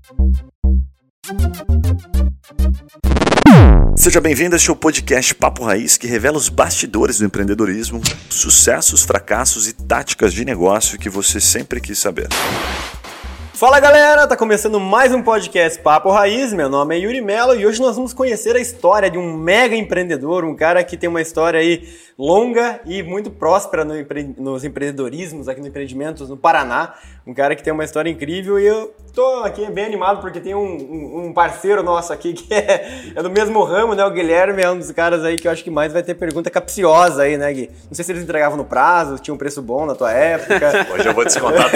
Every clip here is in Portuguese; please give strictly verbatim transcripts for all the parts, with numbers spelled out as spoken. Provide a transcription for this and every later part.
Seja bem-vindo a este podcast Papo Raiz, que revela os bastidores do empreendedorismo, sucessos, fracassos e táticas de negócio que você sempre quis saber. Fala galera, tá começando mais um podcast Papo Raiz, meu nome é Yuri Mello e hoje nós vamos conhecer a história de um mega empreendedor, um cara que tem uma história aí longa e muito próspera no empre... nos empreendedorismos, aqui no empreendimentos no Paraná, um cara que tem uma história incrível e eu tô aqui bem animado porque tem um, um, um parceiro nosso aqui que é, é do mesmo ramo, né, o Guilherme é um dos caras aí que eu acho que mais vai ter pergunta capciosa aí, né, Gui? Não sei se eles entregavam no prazo, tinha um preço bom na tua época. Hoje eu vou descontar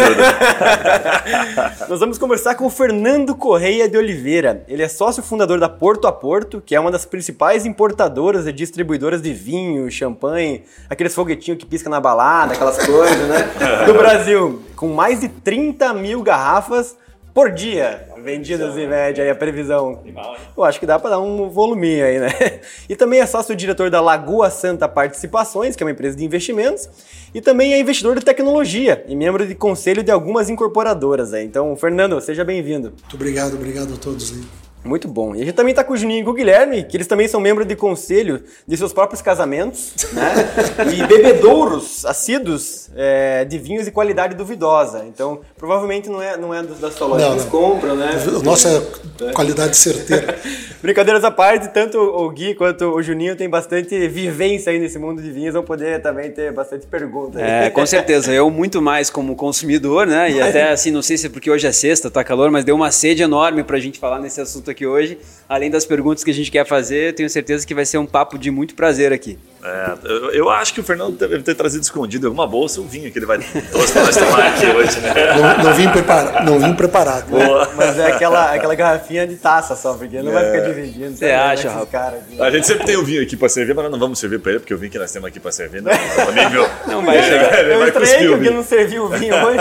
tudo. Nós vamos conversar com o Fernando Correia de Oliveira. Ele é sócio fundador da Porto a Porto, que é uma das principais importadoras e distribuidoras de vinho, champanhe, aqueles foguetinhos que pisca na balada, aquelas coisas, né? Do Brasil, com mais de trinta mil garrafas por dia vendidas em média, aí a previsão. Eu acho que dá para dar um voluminho aí, né? E também é sócio-diretor da Lagoa Santa Participações, que é uma empresa de investimentos, e também é investidor de tecnologia e membro de conselho de algumas incorporadoras aí. Então, Fernando, seja bem-vindo. Muito obrigado, obrigado a todos aí. Muito bom. E a gente também está com o Juninho e com o Guilherme, que eles também são membros de conselho de seus próprios casamentos, né? E bebedouros assíduos é, de vinhos de qualidade duvidosa. Então, provavelmente não é, não é da sua loja, eles compram, né? O nosso é qualidade certeira. Brincadeiras à parte, tanto o Gui quanto o Juninho tem bastante vivência aí nesse mundo de vinhos, vão poder também ter bastante perguntas. É, com certeza. Eu muito mais como consumidor, né? E até assim, não sei se é porque hoje é sexta, tá calor, mas deu uma sede enorme pra gente falar nesse assunto aqui hoje. Além das perguntas que a gente quer fazer, tenho certeza que vai ser um papo de muito prazer aqui. É, eu, eu acho que o Fernando deve ter trazido escondido em alguma bolsa o vinho que ele vai trouxe para nós tomar aqui hoje, né? Não, não, vim, prepara, não vim preparado. Boa. Mas é aquela, aquela garrafinha de taça só, porque não é. vai ficar dividindo. Você acha, rapaz? Cara, a gente sempre tem o vinho aqui para servir, mas nós não vamos servir para ele, porque o vinho que nós temos aqui para servir não, não, amigo, não vai chegar. Eu vai estranhei que o Gui não serviu o vinho hoje.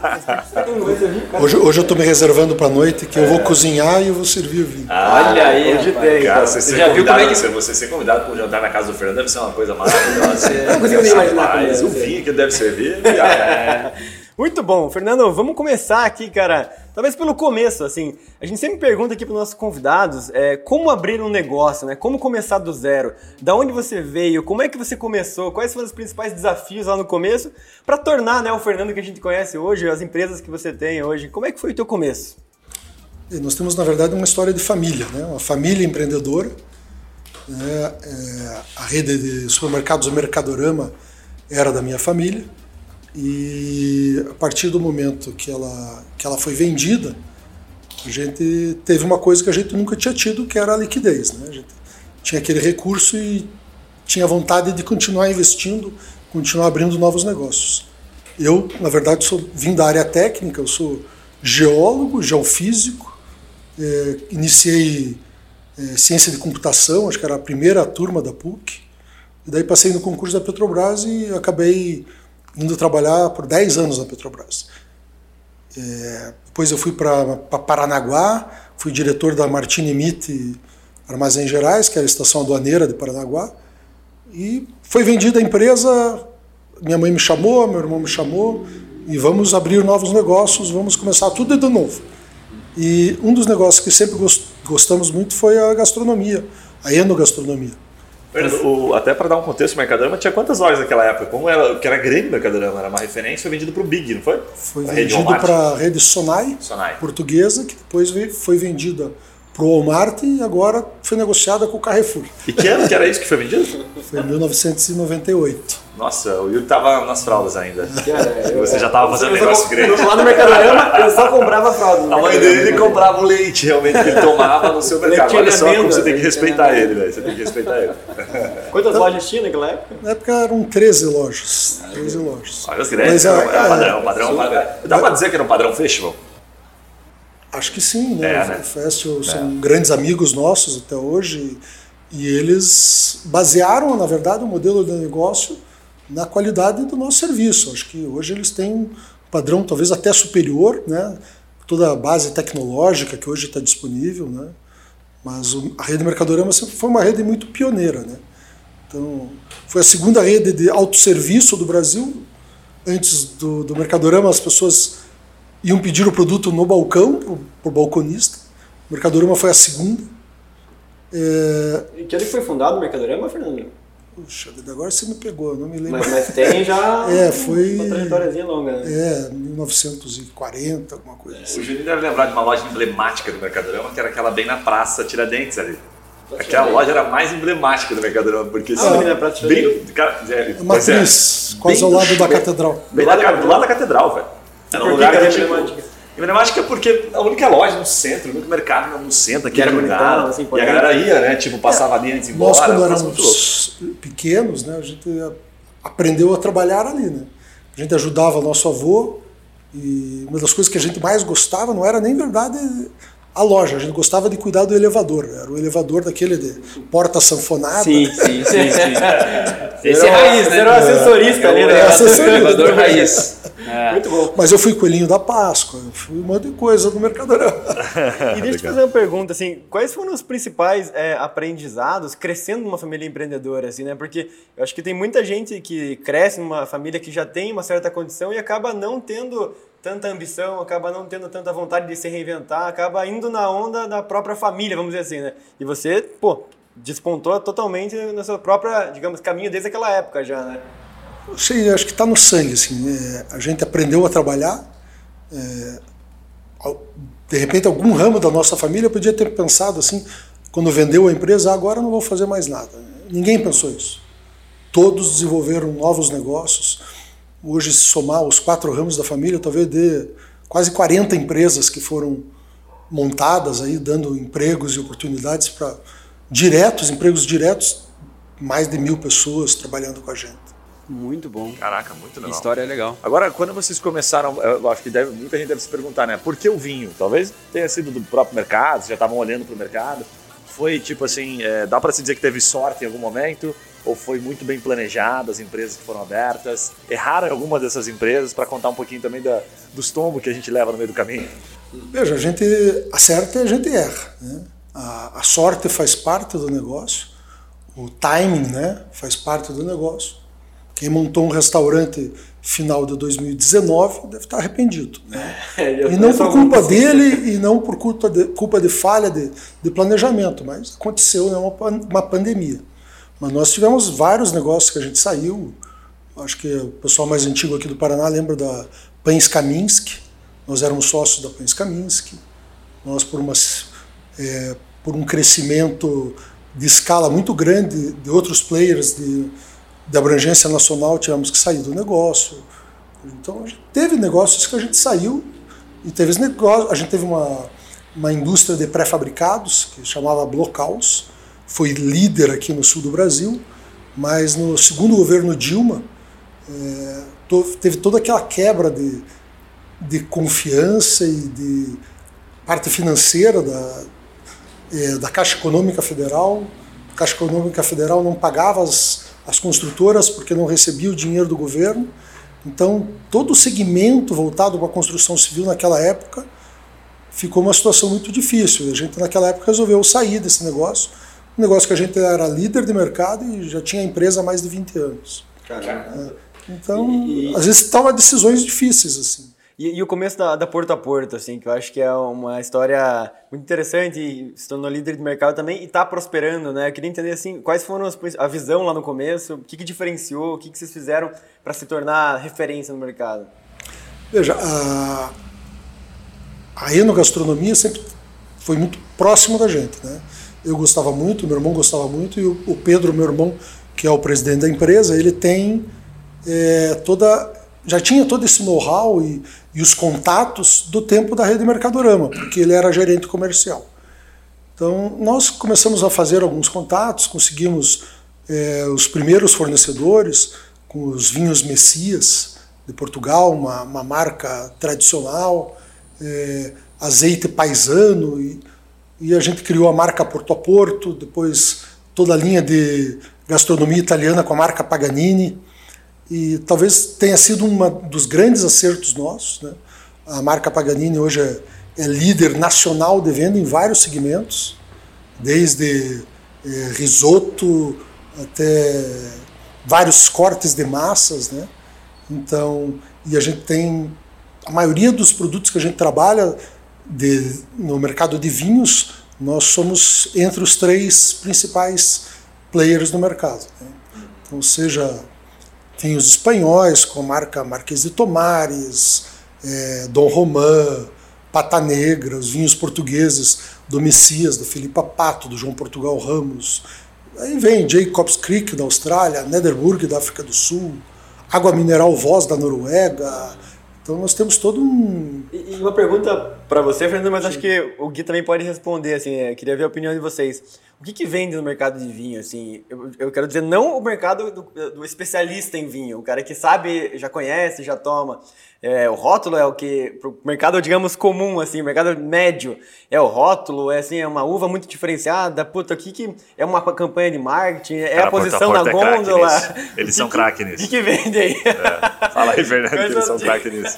Hoje, hoje eu estou me reservando para a noite, que eu vou cozinhar e eu vou servir o vinho. Ah, olha aí, hoje tem. Cara, você, ser já viu como é que... você ser convidado para um jantar na casa do Fernando deve ser uma coisa maravilhosa. Não consigo nem imaginar. Mas o vinho que ele deve servir. É. Muito bom. Fernando, vamos começar aqui, cara, talvez pelo começo, assim. A gente sempre pergunta aqui para os nossos convidados é, como abrir um negócio, né? Como começar do zero. Da onde você veio? Como é que você começou? Quais foram os principais desafios lá no começo para tornar, né, o Fernando que a gente conhece hoje, as empresas que você tem hoje? Como é que foi o teu começo? E nós temos, na verdade, uma história de família, né? Uma família empreendedora. É, é, a rede de supermercados, o Mercadorama, era da minha família e a partir do momento que ela, que ela foi vendida, a gente teve uma coisa que a gente nunca tinha tido, que era a liquidez, né? A gente tinha aquele recurso e tinha vontade de continuar investindo, continuar abrindo novos negócios. Eu, na verdade, sou, vim da área técnica, eu sou geólogo, geofísico, é, iniciei É, ciência de computação, acho que era a primeira turma da P U C, e daí passei no concurso da Petrobras e acabei indo trabalhar por dez anos na Petrobras. É, depois eu fui para Paranaguá, fui diretor da Martini Mitt Armazéns Gerais, que era a estação aduaneira de Paranaguá, e foi vendida a empresa, minha mãe me chamou, meu irmão me chamou, e vamos abrir novos negócios, vamos começar tudo de novo. E um dos negócios que sempre gostamos muito foi a gastronomia, a enogastronomia. O, até para dar um contexto, o Mercadorama tinha quantas lojas naquela época? Como era, que era grande o Mercadorama, era uma referência, foi vendido para o Big, não foi? Foi vendido para a rede Sonai, Sonai, portuguesa, que depois foi vendida para o Walmart e agora foi negociada com o Carrefour. E que ano que era isso que foi vendido? Foi em mil novecentos e noventa e oito. Nossa, o Yuri estava nas fraldas ainda. Cara, você já estava fazendo um negócio grande. Lá no Mercadorama eu só comprava fraldas. A mãe dele comprava o leite realmente que ele tomava no seu mercado. Olha só como você tem que respeitar ele, velho. Você tem que respeitar ele. Quantas lojas tinha naquela época? Na época eram treze lojas. treze lojas. Olha as grandes, era é, padrão, padrão, padrão. Dá para dizer que era um padrão festival? Acho que sim, né? É, né? O Festival são é. grandes amigos nossos até hoje e eles basearam, na verdade, o modelo de negócio na qualidade do nosso serviço. Acho que hoje eles têm um padrão talvez até superior, né? Toda a base tecnológica que hoje está disponível, né? Mas a rede Mercadorama sempre foi uma rede muito pioneira, né? Então, foi a segunda rede de autosserviço do Brasil. Antes do, do Mercadorama, as pessoas iam pedir o produto no balcão, para o balconista. O Mercadorama foi a segunda. É... E que ano que foi fundado o Mercadorama, Fernando? Puxa, agora você me pegou, não me lembro. Mas, mas tem já é, foi, uma trajetóriazinha longa, né? É, mil novecentos e quarenta, alguma coisa assim. O Juninho deve lembrar de uma loja emblemática do Mercadorama, que era aquela bem na Praça Tiradentes ali. Aquela loja era a mais emblemática do Mercadorama, porque... Ah, ali na Praça Tiradentes? É, Matriz, quase ao lado da Catedral. Bem lá, do lado da Catedral, velho. Era um lugar que era emblemática. Emblemática porque a única loja no centro, o único mercado no centro, aqui era bonitão, assim, e a galera ia, né? Tipo, passava ali antes de ir embora. Nós, quando éramos pequenos, né, a gente aprendeu a trabalhar ali, né? A gente ajudava nosso avô e uma das coisas que a gente mais gostava não era nem verdade a loja, a gente gostava de cuidar do elevador. Era o elevador daquele de porta sanfonada. Sim, sim, sim. sim. Esse é raiz, né? Era o assessorista ali, né? Elevador raiz. É. Muito bom. Mas eu fui coelhinho da Páscoa, eu fui um monte de coisa no Mercadorama. E deixa eu te fazer uma pergunta, assim, quais foram os principais é, aprendizados crescendo numa família empreendedora, assim, né? Porque eu acho que tem muita gente que cresce numa família que já tem uma certa condição e acaba não tendo tanta ambição, acaba não tendo tanta vontade de se reinventar, acaba indo na onda da própria família, vamos dizer assim, né? E você, pô, despontou totalmente no seu próprio, digamos, caminho desde aquela época já, né? Eu sei, acho que está no sangue, assim, é, a gente aprendeu a trabalhar, é, de repente algum ramo da nossa família podia ter pensado assim, quando vendeu a empresa, ah, agora não vou fazer mais nada. Ninguém pensou isso. Todos desenvolveram novos negócios. Hoje, se somar os quatro ramos da família, talvez dê quase quarenta empresas que foram montadas, aí, dando empregos e oportunidades para diretos, empregos diretos, mais de mil pessoas trabalhando com a gente. Muito bom. Caraca, muito legal. História é legal. Agora, quando vocês começaram, eu acho que deve, muita gente deve se perguntar, né? Por que o vinho? Talvez tenha sido do próprio mercado, vocês já estavam olhando para o mercado. Foi tipo assim, é, dá para se dizer que teve sorte em algum momento? Ou foi muito bem planejado, as empresas que foram abertas? Erraram em alguma dessas empresas, para contar um pouquinho também da, dos tombos que a gente leva no meio do caminho? Veja, a gente acerta e a gente erra, né? A, a sorte faz parte do negócio, o timing, né, faz parte do negócio. Quem montou um restaurante final de dois mil e dezenove deve estar arrependido, né? É, e não por culpa dele e não por culpa de, culpa de falha de, de planejamento, mas aconteceu, né, uma, uma pandemia. Mas nós tivemos vários negócios que a gente saiu. Acho que o pessoal mais antigo aqui do Paraná lembra da Pães Kaminski. Nós éramos sócios da Pães Kaminski. Nós, por, umas, é, por um crescimento de escala muito grande de outros players de, de abrangência nacional, tivemos que sair do negócio. Então, a gente teve negócios que a gente saiu e teve negócios. A gente teve uma, uma indústria de pré-fabricados que chamava Blockhaus. Foi líder aqui no sul do Brasil, mas no segundo governo Dilma é, teve toda aquela quebra de, de confiança e de parte financeira da, é, da Caixa Econômica Federal. A Caixa Econômica Federal não pagava as, as construtoras porque não recebia o dinheiro do governo. Então, todo o segmento voltado para a construção civil naquela época ficou uma situação muito difícil. A gente, naquela época, resolveu sair desse negócio. Um negócio que a gente era líder de mercado e já tinha empresa há mais de vinte anos. Caramba. É. Então, e, às vezes toma decisões difíceis, assim. E, e o começo da, da Porto a Porto, assim, que eu acho que é uma história muito interessante, e se tornou líder de mercado também e está prosperando, né? Eu queria entender, assim, quais foram as, a visão lá no começo, o que, que diferenciou, o que, que vocês fizeram para se tornar referência no mercado? Veja, a, a enogastronomia sempre foi muito próximo da gente, né? Eu gostava muito, meu irmão gostava muito, e o Pedro, meu irmão, que é o presidente da empresa, ele tem é, toda, já tinha todo esse know-how e, e os contatos do tempo da rede Mercadorama, porque ele era gerente comercial. Então, nós começamos a fazer alguns contatos, conseguimos é, os primeiros fornecedores, com os vinhos Messias, de Portugal, uma, uma marca tradicional, é, azeite paisano, e E a gente criou a marca Porto a Porto, depois toda a linha de gastronomia italiana com a marca Paganini. E talvez tenha sido um dos grandes acertos nossos, né? A marca Paganini hoje é, é líder nacional de venda em vários segmentos, desde é, risoto até vários cortes de massas, né? Então, e a gente tem a maioria dos produtos que a gente trabalha de, no mercado de vinhos, nós somos entre os três principais players no mercado, né? Então, seja vinhos espanhóis, com a marca Marquês de Tomares, é, Dom Román, Pata Negra, os vinhos portugueses do Messias, do Filipe Pato, do João Portugal Ramos. Aí vem Jacobs Creek da Austrália, Nederburg da África do Sul, Água Mineral Voz da Noruega. Então nós temos todo um... E uma pergunta para você, Fernando, mas acho que o Gui também pode responder, assim, eu queria ver a opinião de vocês. O que que vende no mercado de vinho, assim? Eu, eu quero dizer, não o mercado do, do especialista em vinho, o cara que sabe, já conhece, já toma. É, o rótulo é o que, pro mercado, digamos, comum, assim, mercado médio, é o rótulo, é assim, é uma uva muito diferenciada, puta, o que que é uma campanha de marketing, é Cara, a posição na é gôndola. Eles são craque nisso. O que que vende aí? É. Fala aí, Fernando, que eles são craque nisso.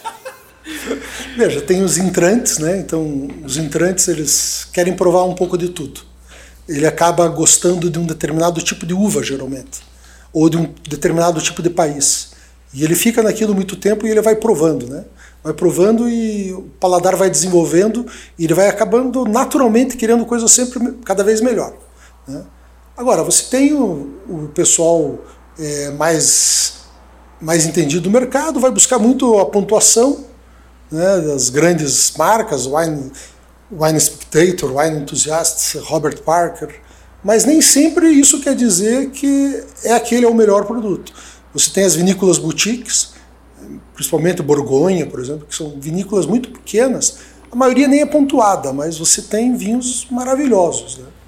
Veja, tem os entrantes, né? Então, os entrantes, eles querem provar um pouco de tudo. Ele acaba gostando de um determinado tipo de uva, geralmente, ou de um determinado tipo de país. E ele fica naquilo muito tempo e ele vai provando, né? Vai provando e o paladar vai desenvolvendo e ele vai acabando naturalmente querendo coisa sempre cada vez melhor, né? Agora, você tem o, o pessoal é, mais, mais entendido do mercado, vai buscar muito a pontuação, né, das grandes marcas, Wine, Wine Spectator, Wine Enthusiast, Robert Parker, mas nem sempre isso quer dizer que é aquele é o melhor produto. Você tem as vinícolas boutiques, principalmente Borgonha, por exemplo, que são vinícolas muito pequenas. A maioria nem é pontuada, mas você tem vinhos maravilhosos, né?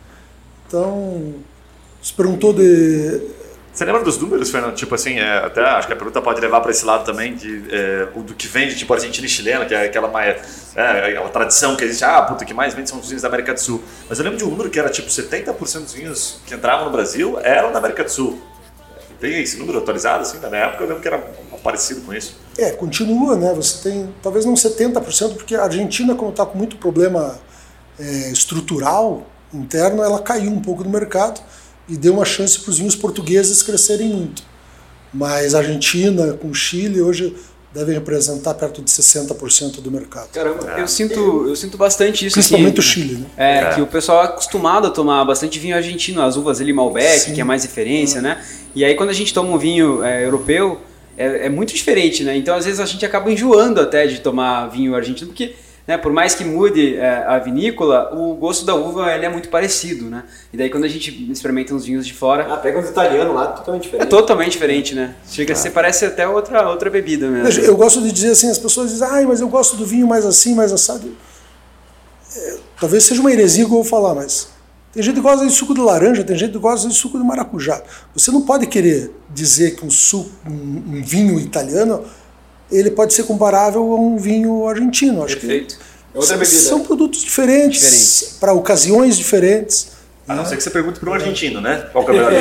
Então, você perguntou de... Você lembra dos números, Fernando? Tipo assim, é, até acho que a pergunta pode levar para esse lado também, de, é, do que vende, tipo Argentina e chilena, que é aquela, é, aquela tradição que existe. Ah, puta, o que mais vende são os vinhos da América do Sul. Mas eu lembro de um número que era tipo setenta por cento dos vinhos que entravam no Brasil eram da América do Sul. Tem esse número atualizado, assim, na minha época eu lembro que era parecido com isso. É, continua, né? Você tem, talvez não setenta por cento, porque a Argentina, como está com muito problema é, estrutural interno, ela caiu um pouco do mercado e deu uma chance para os vinhos portugueses crescerem muito. Mas a Argentina com o Chile hoje devem representar perto de sessenta por cento do mercado. Caramba, é. eu, sinto, eu sinto bastante isso. Principalmente assim, o Chile, né? É, é, que o pessoal é acostumado a tomar bastante vinho argentino, as uvas ali Malbec, Sim. que é mais referência, é. né? E aí quando a gente toma um vinho é, europeu, é, é muito diferente, né? Então às vezes a gente acaba enjoando até de tomar vinho argentino, porque... Né, por mais que mude é, a vinícola, o gosto da uva ele é muito parecido, né? E daí quando a gente experimenta uns vinhos de fora... Ah, pega uns italianos lá, totalmente diferente. É totalmente diferente, né? Chega a ser, parece até outra, outra bebida mesmo. Veja, eu gosto de dizer assim, as pessoas dizem, ah, mas eu gosto do vinho mais assim, mais assado. É, talvez seja uma heresia que eu vou falar, mas tem gente que gosta de suco de laranja, tem gente que gosta de suco de maracujá. Você não pode querer dizer que um, suco, um, um vinho italiano ele pode ser comparável a um vinho argentino. Acho Perfeito. que outra bebida. São produtos diferentes, diferentes. para ocasiões diferentes. A não ser que você pergunte para um argentino, né? Qual que é a melhor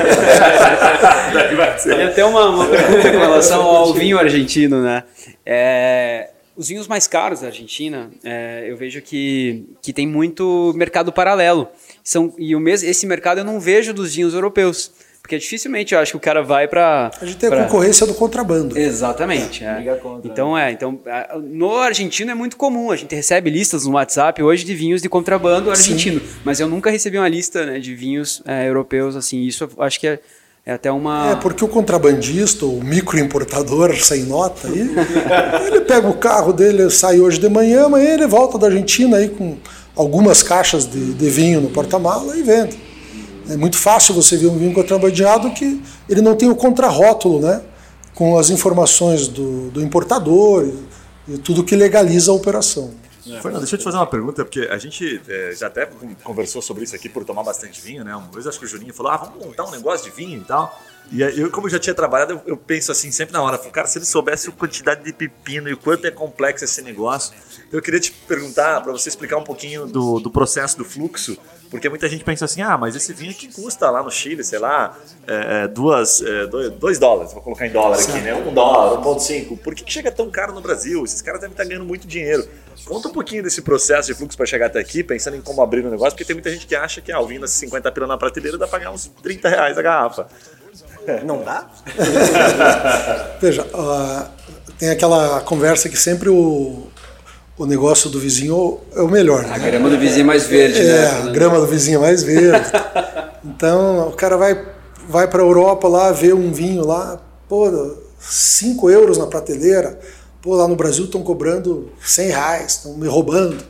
vinho? Tem até uma, uma pergunta com relação ao vinho argentino, né? É, os vinhos mais caros da Argentina, é, eu vejo que, que tem muito mercado paralelo. São, e o mesmo, esse mercado eu não vejo dos vinhos europeus. Porque dificilmente eu acho que o cara vai para... A gente tem pra... a concorrência do contrabando. Exatamente. É. É. Contra, então, né? é, então, no argentino é muito comum. A gente recebe listas no WhatsApp hoje de vinhos de contrabando argentino. Sim. Mas eu nunca recebi uma lista, né, de vinhos é, europeus assim. Isso eu acho que é, é até uma... É, porque o contrabandista, o microimportador sem nota, aí, ele pega o carro dele, sai hoje de manhã, amanhã ele volta da Argentina aí com algumas caixas de, de vinho no porta-mala e vende. É muito fácil você ver um vinho contrabandeado que ele não tem o contrarótulo, né, com as informações do, do importador e, e tudo que legaliza a operação. É. Fernando, deixa eu te fazer uma pergunta, porque a gente é, já até conversou sobre isso aqui por tomar bastante vinho, né? Uma vez acho que o Juninho falou, ah, vamos montar um negócio de vinho e tal. E eu, como eu já tinha trabalhado, eu, eu penso assim, sempre na hora, cara, se ele soubesse a quantidade de pepino e o quanto é complexo esse negócio, eu queria te perguntar, para você explicar um pouquinho do, do processo, do fluxo, porque muita gente pensa assim, ah, mas esse vinho aqui custa lá no Chile, sei lá, é, duas, é, dois, dois dólares, vou colocar em dólar aqui, né? Um dólar, um ponto cinco. Por que, que chega tão caro no Brasil? Esses caras devem estar ganhando muito dinheiro. Conta um pouquinho desse processo de fluxo para chegar até aqui, pensando em como abrir o negócio, porque tem muita gente que acha que ah, o vinho nas cinquenta pila na prateleira dá pra pagar uns trinta reais a garrafa. Não dá? Veja, uh, tem aquela conversa que sempre o, o negócio do vizinho é o melhor. A né? grama do vizinho é mais verde, é, né? A grama do vizinho é mais verde. Então, o cara vai, vai para a Europa lá, vê um vinho lá, pô, cinco euros na prateleira. Pô, lá no Brasil estão cobrando cem reais, estão me roubando.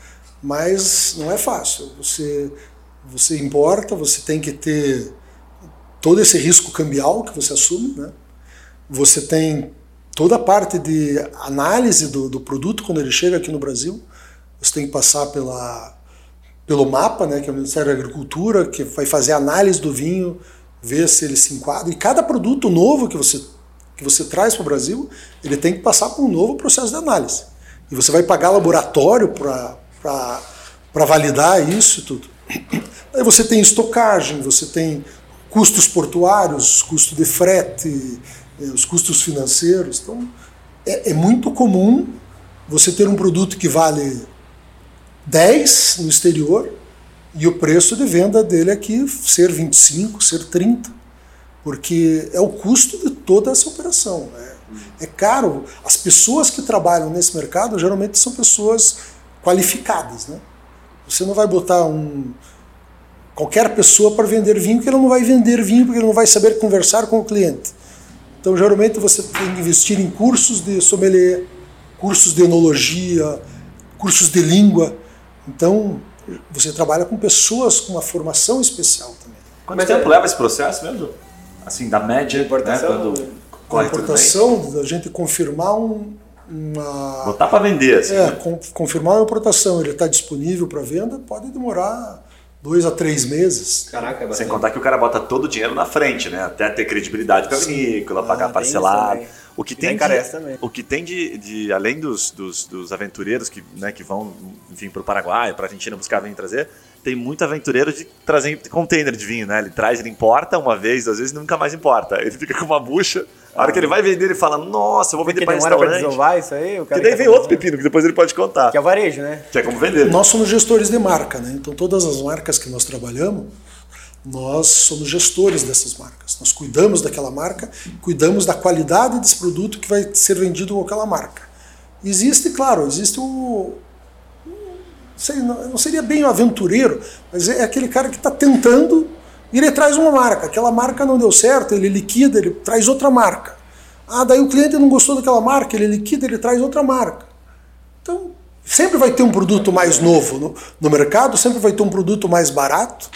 Mas não é fácil. Você, você importa, você tem que ter todo esse risco cambial que você assume, né? Você tem toda a parte de análise do, do produto quando ele chega aqui no Brasil. Você tem que passar pela, pelo MAPA, né, que é o Ministério da Agricultura, que vai fazer a análise do vinho, ver se ele se enquadra. E cada produto novo que você, que você traz para o Brasil, ele tem que passar por um novo processo de análise. E você vai pagar laboratório para para validar isso e tudo. Aí você tem estocagem, você tem custos portuários, custo de frete, os custos financeiros. Então, é, é muito comum você ter um produto que vale dez no exterior e o preço de venda dele aqui ser vinte e cinco, ser trinta, porque é o custo de toda essa operação. É, é caro. As pessoas que trabalham nesse mercado geralmente são pessoas qualificadas, né? Você não vai botar um, qualquer pessoa para vender vinho, que ele não vai vender vinho porque ele não vai saber conversar com o cliente. Então, geralmente, você tem que investir em cursos de sommelier, cursos de enologia, cursos de língua. Então, você trabalha com pessoas com uma formação especial também. Quanto Mas tempo é... leva esse processo mesmo? Assim, da média, importação, né? Quando com a importação, da gente confirmar um Uma, botar para vender. Assim, é, né? com, confirmar a importação, ele está disponível para venda, pode demorar dois a três meses. Caraca, sem contar que o cara bota todo o dinheiro na frente, né? Até ter credibilidade com a vinícola, ah, pagar parcelado. O que tem, de, o que tem de, de além dos, dos, dos aventureiros que, né, que vão, enfim, para o Paraguai, para a Argentina buscar vinho e trazer, tem muito aventureiro de trazer container de vinho, né? Ele traz, ele importa uma vez, duas vezes e nunca mais importa. Ele fica com uma bucha. A hora que ele vai vender, ele fala, nossa, eu vou vender para restaurante. Pra desovar isso aí, o cara que daí vem outro pepino, que depois ele pode contar. Que é o varejo, né? Que é como vender. Nós somos gestores de marca, né? Então todas as marcas que nós trabalhamos, nós somos gestores dessas marcas. Nós cuidamos daquela marca, cuidamos da qualidade desse produto que vai ser vendido com aquela marca. Existe, claro, existe o... Sei, não seria bem um aventureiro, mas é aquele cara que está tentando e ele traz uma marca. Aquela marca não deu certo, ele liquida, ele traz outra marca. Ah, daí o cliente não gostou daquela marca, ele liquida, ele traz outra marca. Então, sempre vai ter um produto mais novo no, no mercado, sempre vai ter um produto mais barato.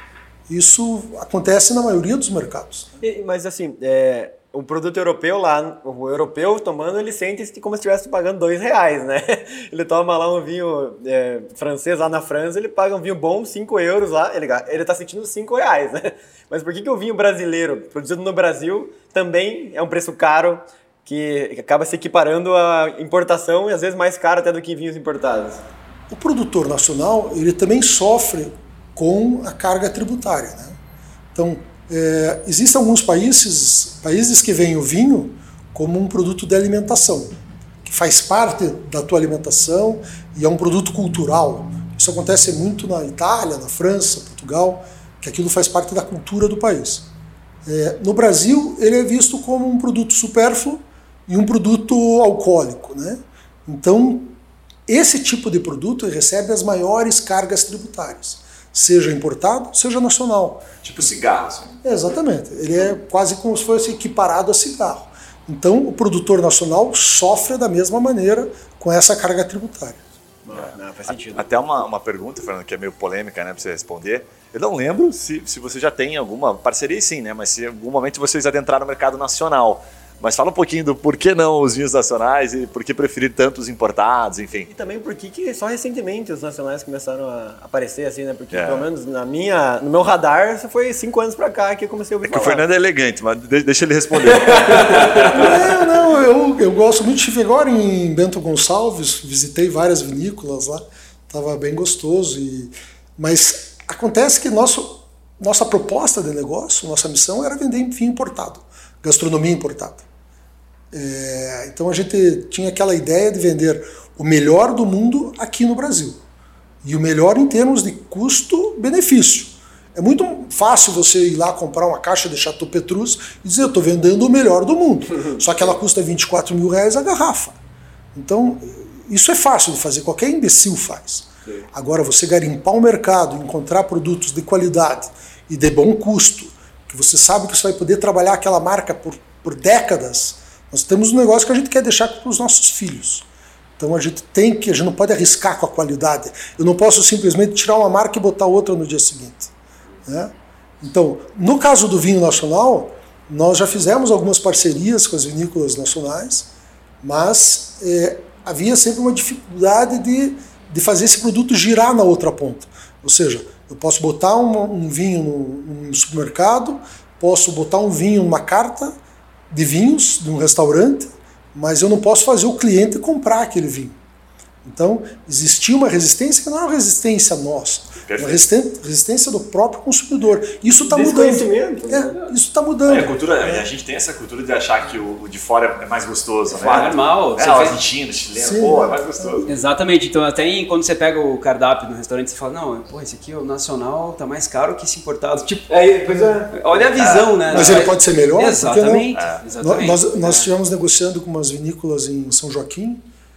Isso acontece na maioria dos mercados. E, mas assim, é, o produto europeu lá, o europeu tomando, ele sente como se estivesse pagando dois reais, né? Ele toma lá um vinho é, francês lá na França, ele paga um vinho bom, cinco euros lá, ele, ele tá sentindo cinco reais, né? Mas por que, que o vinho brasileiro, produzido no Brasil, também é um preço caro, que acaba se equiparando à importação e às vezes mais caro até do que vinhos importados? O produtor nacional, ele também sofre com a carga tributária, né? Então, é, existem alguns países, países que veem o vinho como um produto de alimentação, que faz parte da tua alimentação e é um produto cultural. Isso acontece muito na Itália, na França, Portugal, que aquilo faz parte da cultura do país. É, no Brasil, ele é visto como um produto supérfluo e um produto alcoólico, né? Então, esse tipo de produto recebe as maiores cargas tributárias, seja importado, seja nacional. Tipo cigarro, assim. É, exatamente. Ele é quase como se fosse equiparado a cigarro. Então, o produtor nacional sofre da mesma maneira com essa carga tributária. Não, não faz sentido. Até uma, uma pergunta, Fernando, que é meio polêmica, né, para você responder. Eu não lembro se, se você já tem alguma parceria, sim, né? Mas se em algum momento vocês adentraram no mercado nacional. Mas fala um pouquinho do por que não os vinhos nacionais e por que preferir tantos importados, enfim. E também por que que só recentemente os nacionais começaram a aparecer assim, né? Porque é. pelo menos na minha, no meu radar, isso foi cinco anos pra cá que eu comecei a ouvir é falar. Que o Fernando é elegante, mas deixa ele responder. não, não, eu, eu gosto muito. Estive agora em Bento Gonçalves, visitei várias vinícolas lá, estava bem gostoso. E... Mas acontece que nosso, nossa proposta de negócio, nossa missão era vender vinho importado, gastronomia importada. É, então a gente tinha aquela ideia de vender o melhor do mundo aqui no Brasil. E o melhor em termos de custo-benefício. É muito fácil você ir lá comprar uma caixa de Chateau Petrus e dizer, eu estou vendendo o melhor do mundo. Só que ela custa vinte e quatro mil reais a garrafa. Então, isso é fácil de fazer, qualquer imbecil faz. Sim. Agora, você garimpar o mercado, encontrar produtos de qualidade e de bom custo, que você sabe que você vai poder trabalhar aquela marca por, por décadas, nós temos um negócio que a gente quer deixar para os nossos filhos. Então a gente tem que, a gente não pode arriscar com a qualidade. Eu não posso simplesmente tirar uma marca e botar outra no dia seguinte. Né? Então, no caso do vinho nacional, nós já fizemos algumas parcerias com as vinícolas nacionais, mas é, havia sempre uma dificuldade de, de fazer esse produto girar na outra ponta. Ou seja, eu posso botar uma, um vinho no, no supermercado, posso botar um vinho numa carta de vinhos de um restaurante, mas eu não posso fazer o cliente comprar aquele vinho. Então, existia uma resistência que não era uma resistência nossa, uma resistência do próprio consumidor. Isso está mudando. É, isso está mudando. É, a, cultura, é. a gente tem essa cultura de achar que o, o de fora é mais gostoso. Né? É normal. É, o argentino, chileno, Sim, pô, é mais gostoso. Exatamente. Então, até em, quando você pega o cardápio no restaurante, você fala, não, pô, esse aqui, o nacional, tá mais caro que esse importado. Tipo, é, pois é. Olha a visão, é. né? Mas ele pode ser melhor? Exatamente. É. Exatamente. Nós, nós estivemos negociando com umas vinícolas em São Joaquim,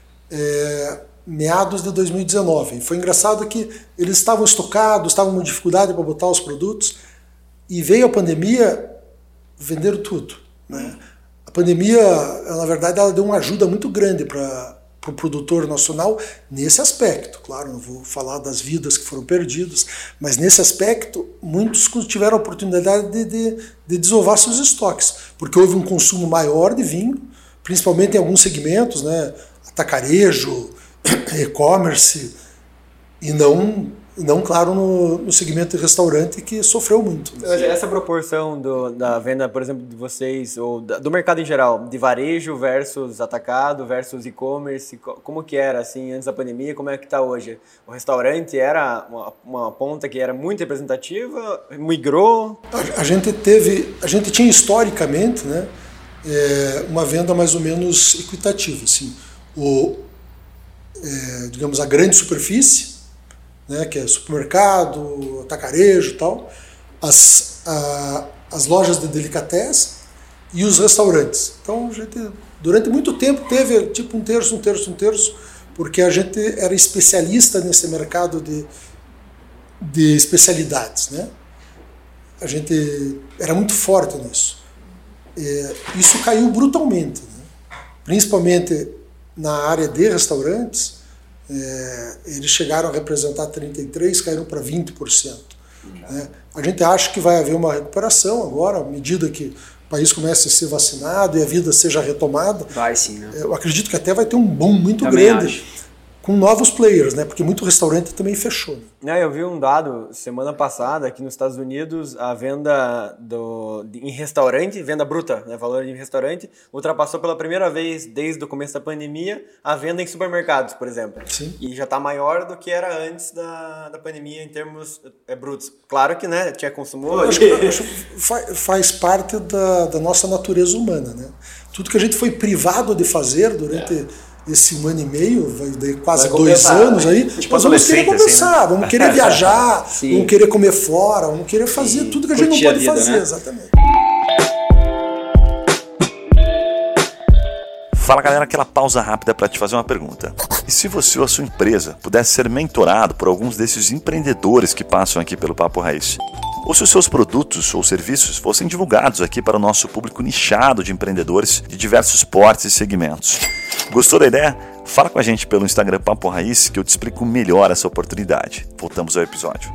é, meados de dois mil e dezenove. E foi engraçado que eles estavam estocados, estavam com dificuldade para botar os produtos, e veio a pandemia, venderam tudo. Né? A pandemia, na verdade, ela deu uma ajuda muito grande para o pro produtor nacional nesse aspecto. Claro, não vou falar das vidas que foram perdidas, mas nesse aspecto, muitos tiveram a oportunidade de, de, de desovar seus estoques, porque houve um consumo maior de vinho, principalmente em alguns segmentos, né? Atacarejo, e-commerce, e não, não claro, no, no segmento de restaurante, que sofreu muito. Essa proporção do, da venda, por exemplo, de vocês, ou da, do mercado em geral, de varejo versus atacado versus e-commerce, como que era assim antes da pandemia, como é que está hoje? O restaurante era uma, uma ponta que era muito representativa, migrou? A, a gente teve, a gente tinha historicamente, né, é, uma venda mais ou menos equitativa, assim. O É, digamos, a grande superfície, né, que é supermercado, atacarejo e tal, as, a, as lojas de delicatessen e os restaurantes. Então, a gente, durante muito tempo, teve tipo um terço, um terço, um terço, porque a gente era especialista nesse mercado de, de especialidades. Né? A gente era muito forte nisso. É, isso caiu brutalmente, né? Principalmente na área de restaurantes, é, eles chegaram a representar trinta e três por cento, caíram para vinte por cento. Né? A gente acha que vai haver uma recuperação agora, à medida que o país comece a ser vacinado e a vida seja retomada. Vai sim, né? Eu acredito que até vai ter um boom muito Também grande. Acho. Com novos players, né? Porque muito restaurante também fechou. É, eu vi um dado semana passada aqui nos Estados Unidos, a venda do, em restaurante, venda bruta, né, valor de restaurante, ultrapassou pela primeira vez desde o começo da pandemia a venda em supermercados, por exemplo. Sim. E já está maior do que era antes da, da pandemia em termos é, brutos. Claro que, né, tinha consumo hoje. Acho, acho que faz, faz parte da, da nossa natureza humana, né? Tudo que a gente foi privado de fazer durante... É. Esse um ano e meio, vai dar quase vai dois anos aí, tipo nós vamos querer compensar, assim, né? Vamos querer viajar, Sim. vamos querer comer fora, vamos querer fazer Sim. tudo que a gente Curtir não pode vida, fazer, né? Exatamente. Fala galera, aquela pausa rápida para te fazer uma pergunta. E se você ou a sua empresa pudesse ser mentorado por alguns desses empreendedores que passam aqui pelo Papo Raiz? Ou se os seus produtos ou serviços fossem divulgados aqui para o nosso público nichado de empreendedores de diversos portes e segmentos? Gostou da ideia? Fala com a gente pelo Instagram Papo Raiz que eu te explico melhor essa oportunidade. Voltamos ao episódio.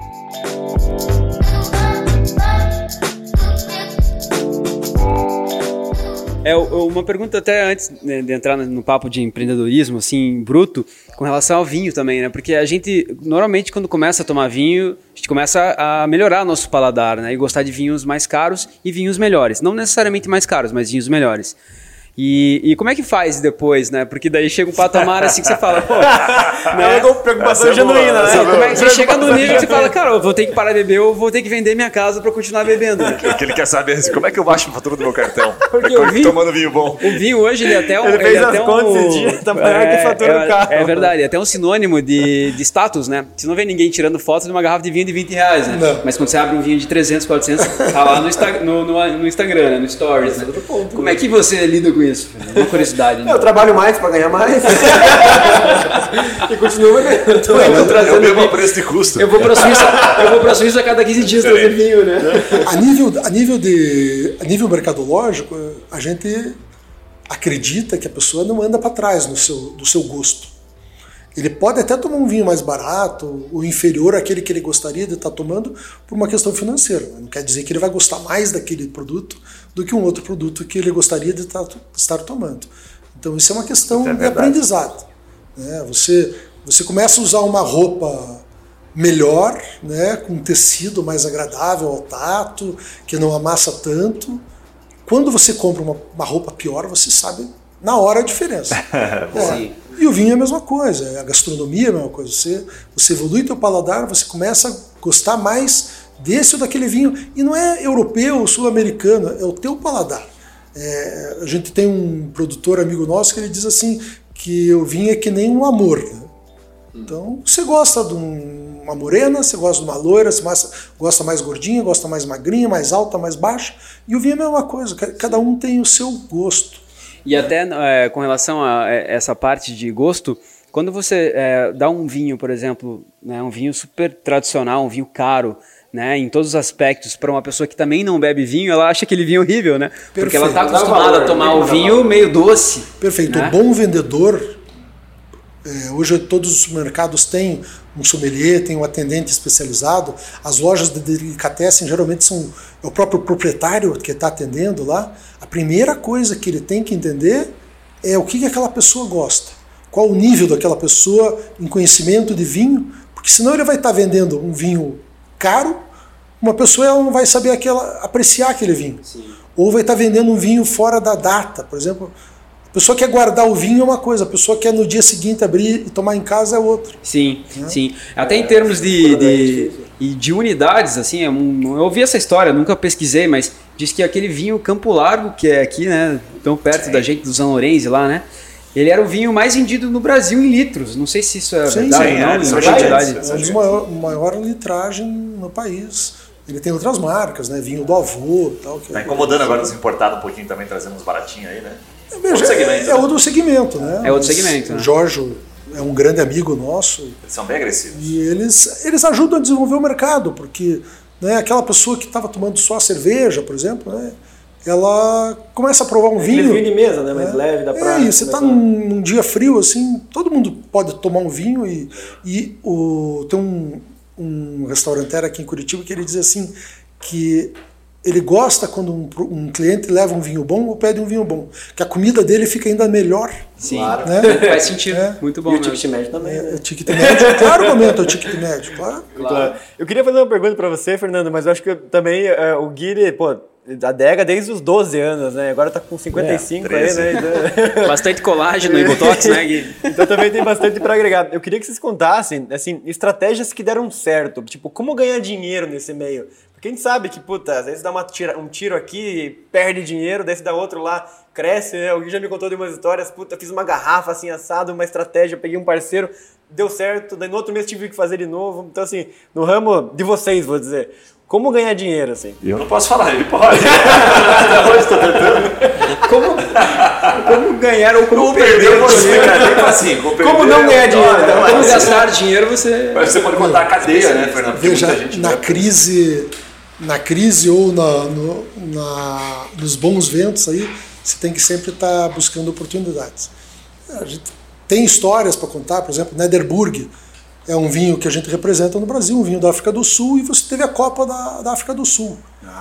É uma pergunta até antes de entrar no papo de empreendedorismo, assim, bruto, com relação ao vinho também, né? Porque a gente, normalmente, quando começa a tomar vinho, a gente começa a melhorar nosso paladar, né? E gostar de vinhos mais caros e vinhos melhores. Não necessariamente mais caros, mas vinhos melhores. E, e como é que faz depois, né? Porque daí chega um patamar assim que você fala, pô, Né? É uma preocupação Essa é boa, genuína, essa é né? boa. como é que você chega no nível que você fala, cara, eu vou ter que parar de beber, eu vou ter que vender minha casa pra continuar bebendo. Né? O que ele quer saber é como é que eu baixo a fatura do meu cartão? Porque é o vinho- tomando vinho bom. O vinho hoje, ele é até um... Ele fez é as até contas um, esse dia, tá maior que a fatura é, do carro. É verdade, é até um sinônimo de, de status, né? Você não vê ninguém tirando foto de uma garrafa de vinho de vinte reais, né? Não. Mas quando você abre um vinho de trezentos, quatrocentos, tá lá no, Insta- no, no, no Instagram, né? No Stories, né? Como é que você lida com isso? Uma curiosidade. Né? Eu trabalho mais pra ganhar mais. E continuo bebendo. Então, eu tô trazendo Eu bebo vinho. a preço de custo. Eu vou pra Suíça, eu vou pra Suíça a cada quinze dias trazer vinho, né? A nível, a nível, de, a nível mercadológico, a gente acredita que a pessoa não anda para trás no seu, do seu gosto. Ele pode até tomar um vinho mais barato ou inferior àquele que ele gostaria de estar tomando por uma questão financeira. Não quer dizer que ele vai gostar mais daquele produto do que um outro produto que ele gostaria de estar, estar tomando. Então isso é uma questão É de verdade. aprendizado. Né? Você, você começa a usar uma roupa melhor, né? Com um tecido mais agradável ao tato, que não amassa tanto. Quando você compra uma, uma roupa pior, você sabe na hora a diferença. É. Sim. E o vinho é a mesma coisa, a gastronomia é a mesma coisa. Você, você evolui teu paladar, você começa a gostar mais desse ou daquele vinho. E não é europeu ou sul-americano, é o teu paladar. É, a gente tem um produtor amigo nosso que ele diz assim que o vinho é que nem um amor. Né? Então, você gosta de um, uma morena, você gosta de uma loira, você mais, gosta mais gordinha, gosta mais magrinha, mais alta, mais baixa. E o vinho é a mesma coisa, cada um tem o seu gosto. E até é, com relação a essa parte de gosto, quando você é, dá um vinho, por exemplo, né, um vinho super tradicional, um vinho caro, né, em todos os aspectos, para uma pessoa que também não bebe vinho, ela acha aquele vinho horrível, né? Porque ela está Perfeito. acostumada a tomar o vinho meio doce. Perfeito. Né? O bom vendedor, é, hoje todos os mercados têm um sommelier, tem um atendente especializado. As lojas de delicatessen geralmente são é o próprio proprietário que está atendendo lá. A primeira coisa que ele tem que entender é o que, que aquela pessoa gosta. Qual o nível daquela pessoa em conhecimento de vinho, porque senão ele vai estar vendendo um vinho caro, uma pessoa ela não vai saber aquela, apreciar aquele vinho. Sim. Ou vai estar vendendo um vinho fora da data, por exemplo. A pessoa quer guardar o vinho é uma coisa, a pessoa quer no dia seguinte abrir e tomar em casa é outra. Sim, sim. Até em termos de, de, de, de unidades, assim, eu, eu ouvi essa história, nunca pesquisei, mas diz que aquele vinho Campo Largo, que é aqui, né, tão perto Sim. da gente, do São Lourenço lá, né, ele era o vinho mais vendido no Brasil em litros. Não sei se isso é Sim, verdade sim, ou não, é, em são quantidade. gigantes. É um dos maior, maior litragem no país. Ele tem outras marcas, né? Vinho do avô e tal. Que Tá incomodando agora os importados um pouquinho também, trazendo uns baratinhos aí, né? É, veja, Outro segmento, é, né? é outro segmento, né? É outro Mas segmento, O né? Jorge é um grande amigo nosso Eles são bem agressivos. e eles, eles ajudam a desenvolver o mercado, porque né, aquela pessoa que estava tomando só a cerveja, por exemplo, né, ela começa a provar um Aquele vinho. vinho de mesa, né? Mais É. leve, da É, praia. e você está num, num dia frio, assim, todo mundo pode tomar um vinho e, e o, tem um, um restaurantero aqui em Curitiba que ele diz assim que ele gosta quando um, um cliente leva um vinho bom ou pede um vinho bom, que a comida dele fica ainda melhor. Sim, Claro. Né? faz sentido. É. Muito bom E o mesmo. ticket médio também, É, né? o ticket médio, claro que aumenta o ticket médio, claro. Claro. Eu queria fazer uma pergunta pra você, Fernando, mas eu acho que também é, o Guilherme, pô, adega desde os doze anos, né? Agora tá com cinquenta e cinco É, aí, né? Então- Bastante colágeno e botox, né, Gui? Então também tem bastante para agregar. Eu queria que vocês contassem, assim, estratégias que deram certo. Tipo, como ganhar dinheiro nesse meio. Porque a gente sabe que, puta, às vezes dá uma tira, um tiro aqui, perde dinheiro, daí você dá outro lá, cresce, né? O Gui já me contou de umas histórias, puta, fiz uma garrafa assim, assado, uma estratégia, peguei um parceiro, deu certo, daí no outro mês tive que fazer de novo. Então, assim, no ramo de vocês, vou dizer, como ganhar dinheiro, assim? E eu não posso falar, ele pode. Até hoje tô tentando. Como, como ganhar ou como, Como perder perder você, dinheiro? cara? Tipo assim, como, Como perder, não ganhar dinheiro? Não, Então, não, Como mas- gastar dinheiro, você... Mas você pode contar a cadeia, né, Fernando? Porque Veja, muita gente na não- crise, na crise ou na, no- na- nos bons ventos aí, você tem que sempre estar buscando oportunidades. A gente tem histórias para contar, por exemplo, Nederburg é um vinho que a gente representa no Brasil, um vinho da África do Sul, e você teve a Copa da, da África do Sul.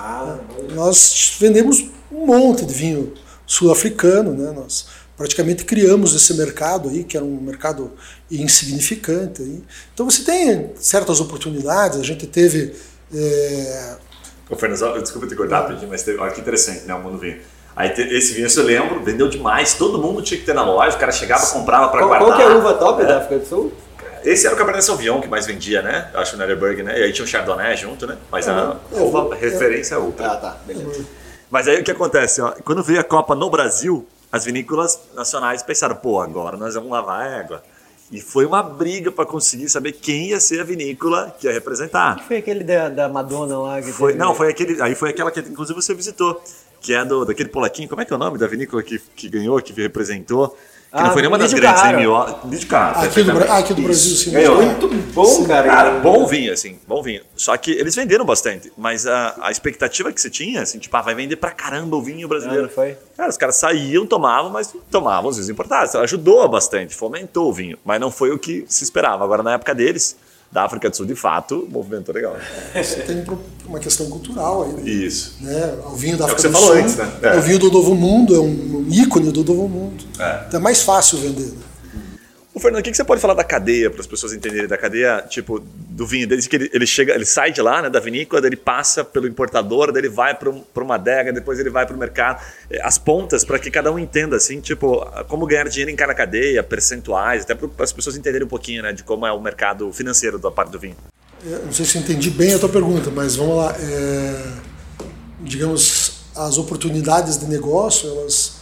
Nós vendemos um monte de vinho sul-africano, né? Nós praticamente criamos esse mercado aí, que era um mercado insignificante. Aí. Então você tem certas oportunidades, a gente teve... É, Ô, Fernando, desculpa te cortar, rapidinho, mas teve, olha que interessante, né, o mundo vinho. Aí te, esse vinho, eu lembro, vendeu demais, todo mundo tinha que ter na loja, o cara chegava, comprava para guardar. Qual que é a uva top é. da África do Sul? Esse era o Cabernet Sauvignon que mais vendia, né? Acho no Nederburg, né? E aí tinha o Chardonnay junto, né? Mas a, a uva referência é outra. Ah, tá, beleza. Mas aí o que acontece, ó, quando veio a Copa no Brasil, as vinícolas nacionais pensaram, pô, agora nós vamos lavar a égua. E foi uma briga para conseguir saber quem ia ser a vinícola que ia representar. Que foi aquele da, da Madonna lá? Que foi, teve... Não, foi aquele, aí foi aquela que inclusive você visitou, que é do, daquele polaquinho, como é que é o nome da vinícola que, que ganhou, que representou? Que ah, não foi nenhuma das grandes M O. Lídio Carraro. Aqui, do, ah, aqui do Brasil, sim. Ganhou. Muito bom, sim, cara. Cara, bom vinho, assim, bom vinho. Só que eles venderam bastante, mas a, a expectativa que você tinha, assim, tipo, ah, vai vender pra caramba o vinho brasileiro. Ah, não foi? Cara, os caras saíam, tomavam, mas tomavam os vinhos importados. Ajudou bastante, fomentou o vinho, mas não foi o que se esperava. Agora, na época deles, da África do Sul, de fato, movimentou legal. Você tem uma questão cultural aí. Né? Isso. Né? O vinho da é África o que do você Sul falou antes, né? É. é o vinho do Novo Mundo, é um ícone do Novo Mundo. É. Então é mais fácil vender. Né? Ô, Fernando, o que você pode falar da cadeia, para as pessoas entenderem da cadeia, tipo, do vinho? Desde que ele, ele chega, ele sai de lá, né, da vinícola, daí ele passa pelo importador, daí ele vai para uma adega, depois ele vai para o mercado. As pontas, para que cada um entenda, assim, tipo, como ganhar dinheiro em cada cadeia, percentuais, até para as pessoas entenderem um pouquinho, né, de como é o mercado financeiro da parte do vinho. Eu não sei se eu entendi bem a tua pergunta, mas vamos lá. É, digamos, as oportunidades de negócio, elas...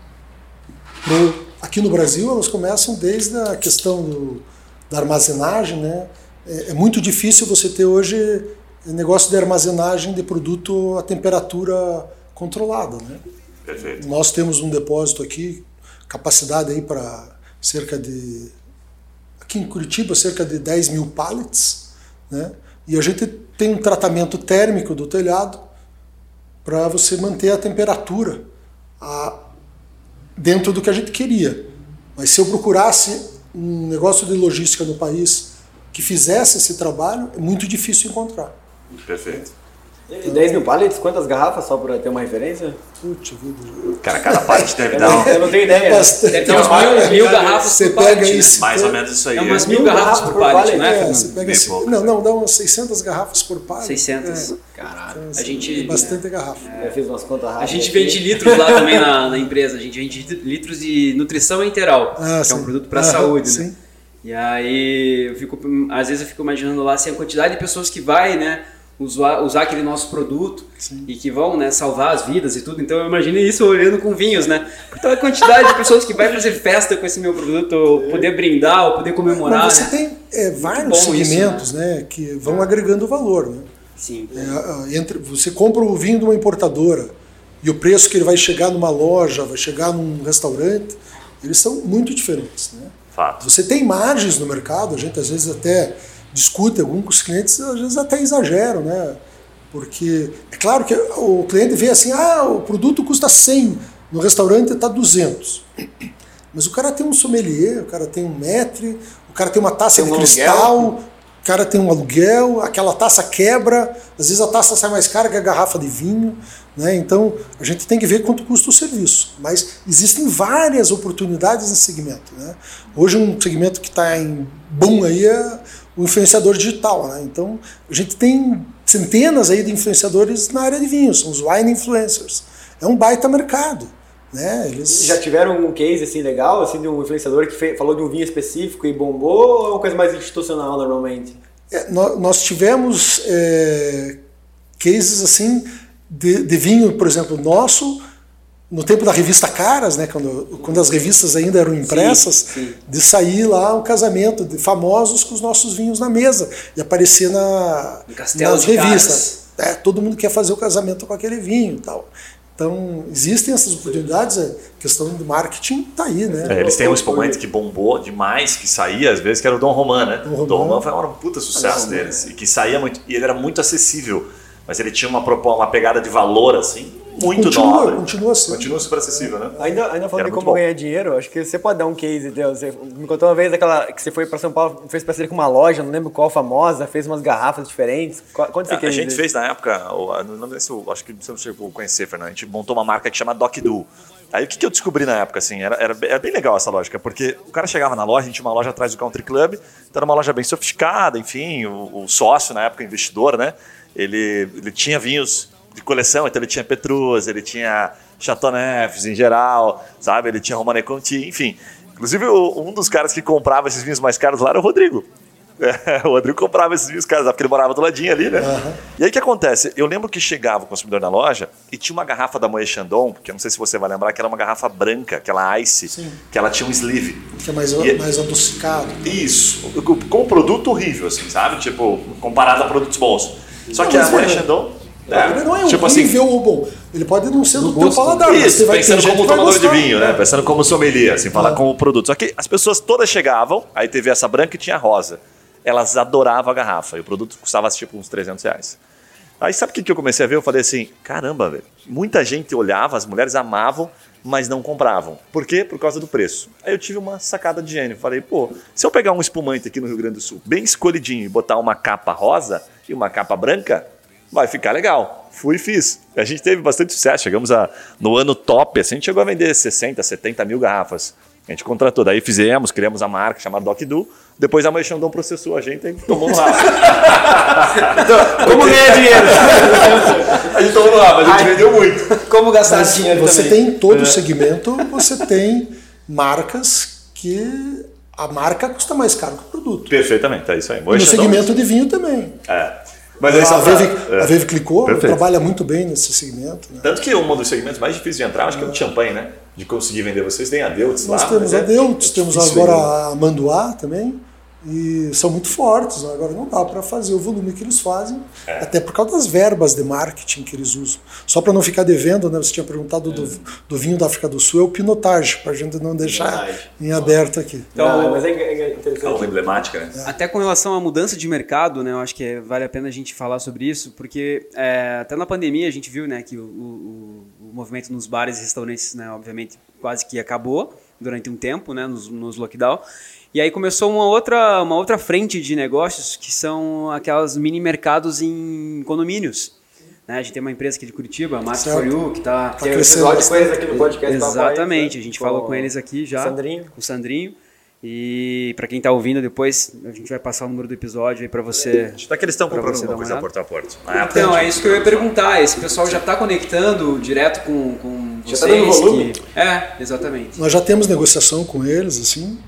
Pro, aqui no Brasil, elas começam desde a questão do, da armazenagem, né? É, é muito difícil você ter hoje negócio de armazenagem de produto a temperatura controlada, né? Perfeito. Nós temos um depósito aqui, capacidade aí para cerca de... Aqui em Curitiba, cerca de dez mil pallets, né? E a gente tem um tratamento térmico do telhado para você manter a temperatura a, dentro do que a gente queria. Mas se eu procurasse um negócio de logística no país que fizesse esse trabalho, é muito difícil encontrar. Perfeito. E dez mil pallets, quantas garrafas, só para ter uma referência? Putz, vida. Cara, cada parte deve dar um... Eu não tenho ideia. Bastante. Deve ter umas mil, mil garrafas Você por pega pallet, isso, né? Mais ou menos isso aí. É umas é. mil garrafas por pallet, né, É, Fernando? você pega Bem esse, pouco. não, não, dá umas seiscentas garrafas por pallet. seiscentas. É, Caralho. então, A gente- é bastante garrafa. Eu fiz umas contas A rápidas. gente aqui. vende litros lá também na, na empresa. A gente vende litros de nutrição enteral, Ah, que é um sim. produto para a Aham, saúde, sim. né? E aí, eu fico, às vezes eu fico imaginando lá assim, a quantidade de pessoas que vai, né, usar, usar aquele nosso produto Sim. e que vão, né, salvar as vidas e tudo. Então eu imaginei isso olhando com vinhos, né? Então a quantidade de pessoas que vai fazer festa com esse meu produto, ou poder brindar, ou poder comemorar, Mas você né? tem é, vários bom isso, segmentos, né, que vão agregando valor, né? Sim. É, entre, você compra o vinho de uma importadora e o preço que ele vai chegar numa loja, vai chegar num restaurante, eles são muito diferentes, né? Fato. Você tem margens no mercado, a gente às vezes até discute alguns com os clientes, às vezes até exageram, né? Porque é claro que o cliente vê assim, ah, o produto custa cem, no restaurante está duzentos. Mas o cara tem um sommelier, o cara tem um maître, o cara tem uma taça Tem de um cristal, aluguel. o cara tem um aluguel, aquela taça quebra, às vezes a taça sai mais cara que a garrafa de vinho, né? Então a gente tem que ver quanto custa o serviço. Mas existem várias oportunidades nesse segmento, né? Hoje um segmento que está em boom aí é o influenciador digital, né? Então a gente tem centenas aí de influenciadores na área de vinhos, são os wine influencers. É um baita mercado, né? Eles Já tiveram um case assim legal, assim, de um influenciador que fe- falou de um vinho específico e bombou, ou é uma coisa mais institucional normalmente? É, nó- nós tivemos é, cases assim de, de vinho, por exemplo, nosso, no tempo da revista Caras, né, quando, quando as revistas ainda eram impressas, sim. de sair lá um casamento de famosos com os nossos vinhos na mesa e aparecer na, No Castelo nas de revistas. É, todo mundo quer fazer o casamento com aquele vinho e tal. Então, existem essas oportunidades, a questão do marketing está aí, né? É, eles têm um espumante que bombou demais, que saía às vezes, que era o Dom Román, né? Dom O Dom Román. Román foi um puta sucesso Dom deles. E que saía muito. E ele era muito acessível. Mas ele tinha uma, propo- uma pegada de valor, assim, muito Continua, nova. continua sendo. Continua super acessível, né? Ainda, ainda falando Era de muito como bom. ganhar dinheiro, acho que você pode dar um case, Deus. Você me contou uma vez aquela que você foi para São Paulo, fez parceria com uma loja, não lembro qual, famosa, fez umas garrafas diferentes. Qual- Quanto você A, a quer gente dizer? fez na época, o- não lembro se eu, acho que você não chegou a conhecer, Fernando, a gente montou uma marca que chama DocDo. Aí o que, que eu descobri na época, assim, era, era, era bem legal essa lógica, porque o cara chegava na loja, a gente tinha uma loja atrás do Country Club, então era uma loja bem sofisticada, enfim, o, o sócio na época, investidor, né, ele, ele tinha vinhos de coleção, então ele tinha Petrus, ele tinha Chateauneuf em geral, sabe? Ele tinha Romanée Conti, enfim. Inclusive, o, um dos caras que comprava esses vinhos mais caros lá era o Rodrigo. É, o Rodrigo comprava esses vinhos caros, porque ele morava do ladinho ali, né? Uhum. E aí o que acontece? Eu lembro que chegava o consumidor na loja e tinha uma garrafa da Moët Chandon, que eu não sei se você vai lembrar, que era uma garrafa branca, aquela Ice, Sim. que ela tinha um sleeve. Que é mais, e, mais adocicado. Isso, com um produto horrível, assim, sabe? Tipo, comparado a produtos bons. Só não, que a Moët Chandon... É, ele não é tipo horrível assim, ou bom. Ele pode não ser do, do teu gosto. paladar. Isso, mas você vai pensando ter como tomador de vinho, né? Pensando como sommelier, assim, falar ah. com o produto. Só que as pessoas todas chegavam, aí teve essa branca e tinha rosa. Elas adoravam a garrafa e o produto custava tipo uns trezentos reais. Aí sabe o que, que eu comecei a ver? Eu falei assim, caramba, velho. Muita gente olhava, as mulheres amavam, mas não compravam. Por quê? Por causa do preço. Aí eu tive uma sacada de gênio. Falei, pô, se eu pegar um espumante aqui no Rio Grande do Sul, bem escolhidinho, e botar uma capa rosa e uma capa branca, vai ficar legal. Fui e fiz. A gente teve bastante sucesso. Chegamos a, no ano top, assim, a gente chegou a vender sessenta, setenta mil garrafas. A gente contratou. Daí fizemos, criamos a marca chamada Doc Du. Depois a Moët Chandon processou a gente e tomou no rabo. Então, como ganhar dinheiro? A gente tomou no rabo, a gente Ai, vendeu muito. Como gastar Mas dinheiro você também. tem todo o segmento, você tem marcas que a marca custa mais caro que o produto. Perfeitamente, é isso aí. E no segmento de vinho também. É. Mas aí a, só Veve, é. a Veve Clicquot trabalha muito bem nesse segmento. Né? Tanto que um dos segmentos mais difíceis de entrar, acho que é o de champanhe, né? De conseguir vender. Vocês têm a Deutz lá. Nós temos a é, Deutz, é temos agora a Manduá também. E são muito fortes. Né? Agora não dá para fazer o volume que eles fazem, é. até por causa das verbas de marketing que eles usam. Só para não ficar devendo, né? Você tinha perguntado é. do, do vinho da África do Sul, é o Pinotage, para a gente não deixar Pinotage. em aberto aqui. Então, não, mas é, é interessante. É uma emblemática, né? É. Até com relação à mudança de mercado, né? Eu acho que é, vale a pena a gente falar sobre isso, porque é, até na pandemia a gente viu, né, que o, o, o movimento nos bares e restaurantes, né, obviamente, quase que acabou durante um tempo, né, nos, nos lockdown. E aí começou uma outra, uma outra frente de negócios, que são aquelas mini mercados em condomínios. Né? A gente tem uma empresa aqui de Curitiba, a Market for You, que está... Tem episódio com eles aqui no podcast. Exatamente, Papai, a gente com falou com eles aqui já. Com o Sandrinho. Com o Sandrinho. E para quem está ouvindo depois, a gente vai passar o número do episódio aí para você... Acho que eles estão comprando alguma coisa porta a porta. Então, é isso que eu ia perguntar. Esse pessoal já está conectando direto com, com já vocês? Já está dando volume? Que... É, exatamente. Nós já temos negociação com eles, assim...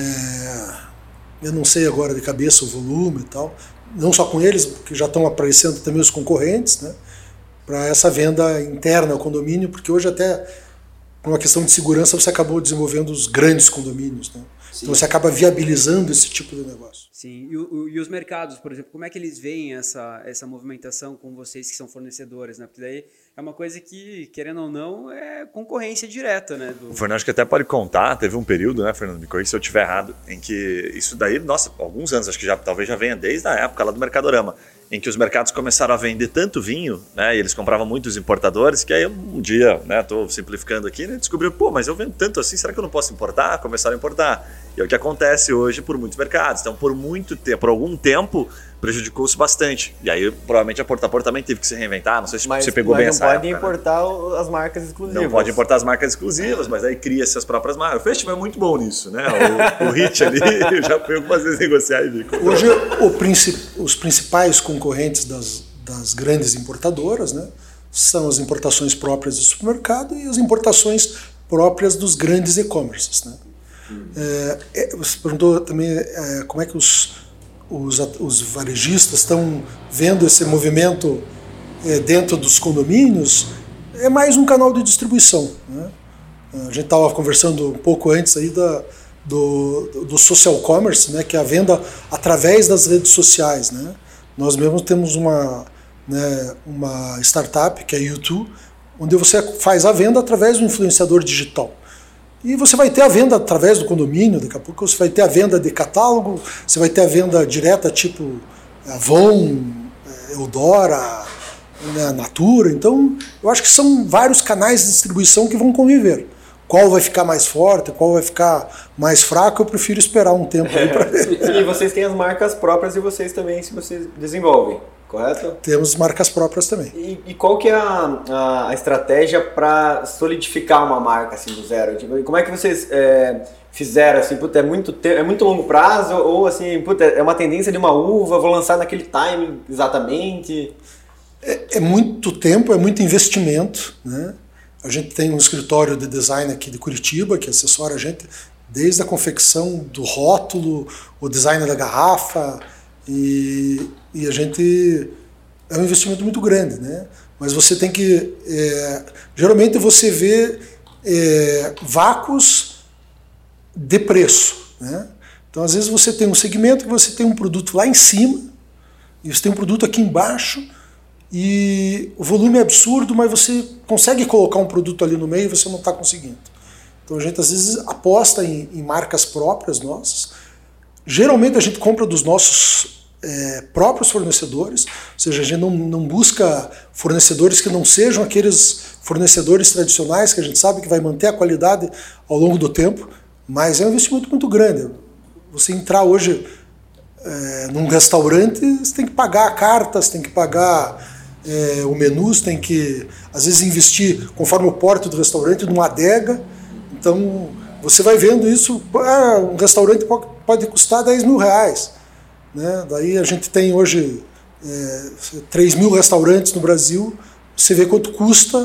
É, eu não sei agora de cabeça o volume e tal, não só com eles, porque já estão aparecendo também os concorrentes, né, para essa venda interna ao condomínio, porque hoje até por uma questão de segurança você acabou desenvolvendo os grandes condomínios, né? Então você acaba viabilizando esse tipo de negócio. Sim, e, o, e os mercados, por exemplo, como é que eles veem essa, essa movimentação com vocês que são fornecedores, né? Porque daí é uma coisa que, querendo ou não, é concorrência direta, né? Do... O Fernando acho que até pode contar, teve um período, né, Fernando, me corrija se eu estiver errado, em que isso daí, nossa, alguns anos, acho que já talvez já venha desde a época lá do Mercadorama, em que os mercados começaram a vender tanto vinho, né, e eles compravam muitos importadores, que aí um dia, né, tô simplificando aqui, né, descobriram, pô, mas eu vendo tanto assim, será que eu não posso importar? Começaram a importar. E é o que acontece hoje por muitos mercados. Então, por muito tempo, por algum tempo, prejudicou-se bastante. E aí, provavelmente, a Porta a Porta também teve que se reinventar. Não sei se mas, você pegou bem essa época. Mas não pode importar né? as marcas exclusivas. Não pode importar as marcas exclusivas, mas aí cria-se as próprias marcas. O festival é muito bom nisso, né? O, o Hit ali, eu já fui algumas vezes negociar e vi. Hoje, o princip, os principais concorrentes das, das grandes importadoras, né, são as importações próprias do supermercado e as importações próprias dos grandes e-commerces, né? É, você perguntou também é, como é que os, os, os varejistas estão vendo esse movimento é, dentro dos condomínios. É mais um canal de distribuição, né? A gente estava conversando um pouco antes aí da, do, do social commerce, né, que é a venda através das redes sociais, né? Nós mesmos temos uma, né, uma startup que é U dois, onde você faz a venda através do influenciador digital. E você vai ter a venda através do condomínio, daqui a pouco você vai ter a venda de catálogo, você vai ter a venda direta tipo Avon, Eudora, né, Natura. Então, eu acho que são vários canais de distribuição que vão conviver. Qual vai ficar mais forte, qual vai ficar mais fraco, eu prefiro esperar um tempo aí para ver. E vocês têm as marcas próprias e vocês também, se vocês desenvolvem, correto? Temos marcas próprias também. E, e qual que é a, a, a estratégia para solidificar uma marca assim do zero? Tipo, como é que vocês é, fizeram? Assim, puta, é, muito te- é muito longo prazo? Ou assim, puta, é uma tendência de uma uva, vou lançar naquele timing exatamente? É, é muito tempo, é muito investimento, né? A gente tem um escritório de design aqui de Curitiba que assessora a gente desde a confecção do rótulo, o design da garrafa, e, e a gente é um investimento muito grande, né? Mas você tem que é, geralmente você vê é, vácuos de preço, né? Então às vezes você tem um segmento que você tem um produto lá em cima e você tem um produto aqui embaixo e o volume é absurdo, mas você consegue colocar um produto ali no meio e você não está conseguindo. Então a gente às vezes aposta em, em marcas próprias nossas. Geralmente a gente compra dos nossos é, próprios fornecedores, ou seja, a gente não, não busca fornecedores que não sejam aqueles fornecedores tradicionais que a gente sabe que vai manter a qualidade ao longo do tempo, mas é um investimento muito grande. Você entrar hoje é, num restaurante, você tem que pagar a carta, você tem que pagar é, o menu, você tem que às vezes investir conforme o porte do restaurante numa adega. Então, você vai vendo isso, ah, um restaurante pode, pode custar dez mil reais. Né? Daí a gente tem hoje é, três mil restaurantes no Brasil, você vê quanto custa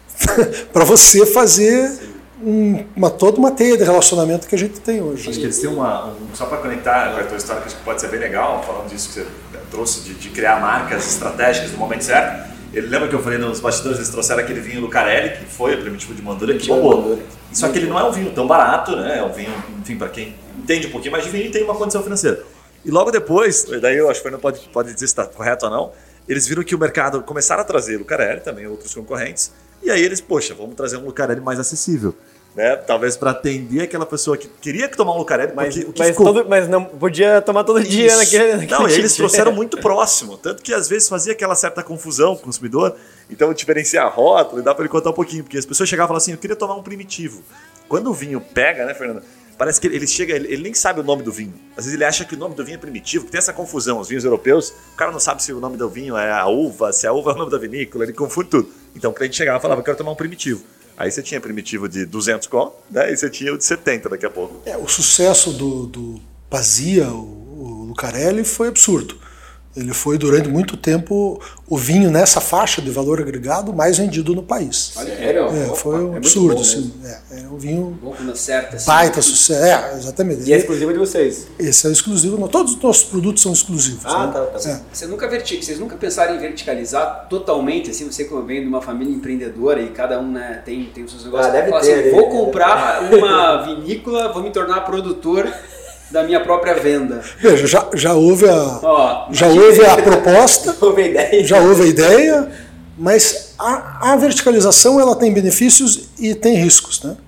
para você fazer um, uma, toda uma teia de relacionamento que a gente tem hoje. Acho que eles têm uma, um, só para conectar com a tua história, que acho que pode ser bem legal, falando disso que você trouxe, de, de criar marcas estratégicas no momento certo. Ele lembra que eu falei nos bastidores, eles trouxeram aquele vinho Lucarelli, que foi o primitivo de Mandura, que bombou. Só que ele não é um vinho tão barato, né? É um vinho, enfim, para quem entende um pouquinho mais de vinho e tem uma condição financeira. E logo depois, daí eu acho que o Fernando pode, pode dizer se está correto ou não, eles viram que o mercado começaram a trazer Lucarelli, também outros concorrentes, e aí eles, poxa, vamos trazer um Lucarelli mais acessível. Né? Talvez para atender aquela pessoa que queria tomar um Lucarelli, mas, porque, o que mas, ficou... todo, mas não podia tomar todo dia Isso. naquele, naquele Não, dia. eles trouxeram muito próximo, tanto que às vezes fazia aquela certa confusão com o consumidor, então diferenciar rótulo, dá para ele contar um pouquinho, porque as pessoas chegavam e falavam assim, eu queria tomar um primitivo. Quando o vinho pega, né, Fernando? Parece que ele chega, ele, ele nem sabe o nome do vinho. Às vezes ele acha que o nome do vinho é primitivo, que tem essa confusão. Os vinhos europeus, o cara não sabe se o nome do vinho é a uva, se a uva é o nome da vinícola, ele confunde tudo. Então o cliente chegava e falava, eu quero tomar um primitivo. Aí você tinha primitivo de duzentos com, né? E você tinha o de setenta daqui a pouco. É, o sucesso do, do Pazia, o, o Lucarelli, foi absurdo. Ele foi, durante muito tempo, o vinho nessa faixa de valor agregado mais vendido no país. Olha, sério? É, foi um é absurdo. Assim, é, é um vinho bom quando acerta, assim. baita sucesso. É, exatamente. E é exclusivo de vocês? Esse é exclusivo. Todos os nossos produtos são exclusivos. Ah, né? tá, tá. É. Você nunca verti... Vocês nunca pensaram em verticalizar totalmente, assim, você como vem de uma família empreendedora e cada um, né, tem, tem os seus negócios. Ah, deve Fala ter, assim, né? vou comprar uma vinícola, vou me tornar produtor da minha própria venda. Veja, já, já houve a, Ó, já houve a proposta, Houve a ideia. já houve a ideia, mas a, a verticalização ela tem benefícios e tem riscos. Né?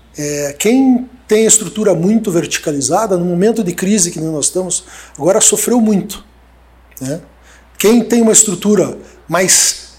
É, quem tem a estrutura muito verticalizada, no momento de crise que nós estamos, agora sofreu muito. Né? Quem tem uma estrutura mais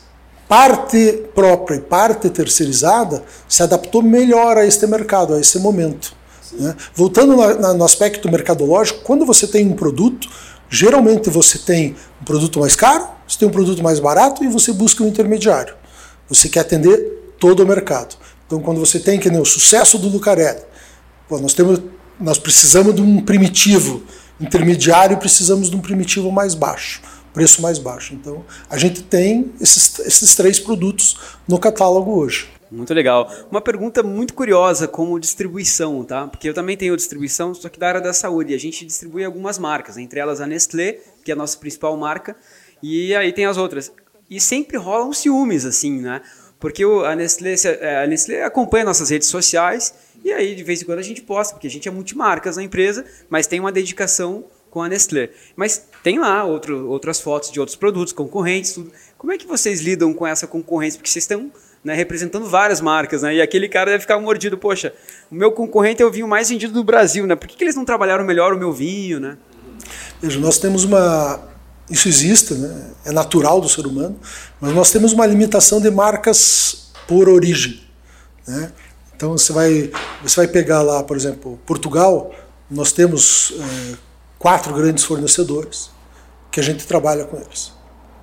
parte própria e parte terceirizada, se adaptou melhor a este mercado, a esse momento. Né? Voltando na, na, no aspecto mercadológico, quando você tem um produto, geralmente você tem um produto mais caro, você tem um produto mais barato e você busca um intermediário. Você quer atender todo o mercado. Então, quando você tem que nem o sucesso do Lucarelli, pô, nós, temos, nós precisamos de um primitivo intermediário e precisamos de um primitivo mais baixo, preço mais baixo. Então, a gente tem esses, esses três produtos no catálogo hoje. Muito legal. Uma pergunta muito curiosa como distribuição, tá? Porque eu também tenho distribuição, só que da área da saúde. A gente distribui algumas marcas, entre elas a Nestlé, que é a nossa principal marca, e aí tem as outras. E sempre rolam ciúmes, assim, né? Porque a Nestlé, a Nestlé acompanha nossas redes sociais e aí de vez em quando a gente posta, porque a gente é multimarcas na empresa, mas tem uma dedicação com a Nestlé. Mas tem lá outro, outras fotos de outros produtos, concorrentes, tudo. Como é que vocês lidam com essa concorrência? Porque vocês estão... Né, representando várias marcas, né? E aquele cara deve ficar mordido, poxa, o meu concorrente é o vinho mais vendido do Brasil, né? Por que, que eles não trabalharam melhor o meu vinho, né? Veja, nós temos uma... Isso existe, né? É natural do ser humano, mas nós temos uma limitação de marcas por origem. Né? Então você vai, você vai pegar lá, por exemplo, Portugal, nós temos é, quatro grandes fornecedores que a gente trabalha com eles.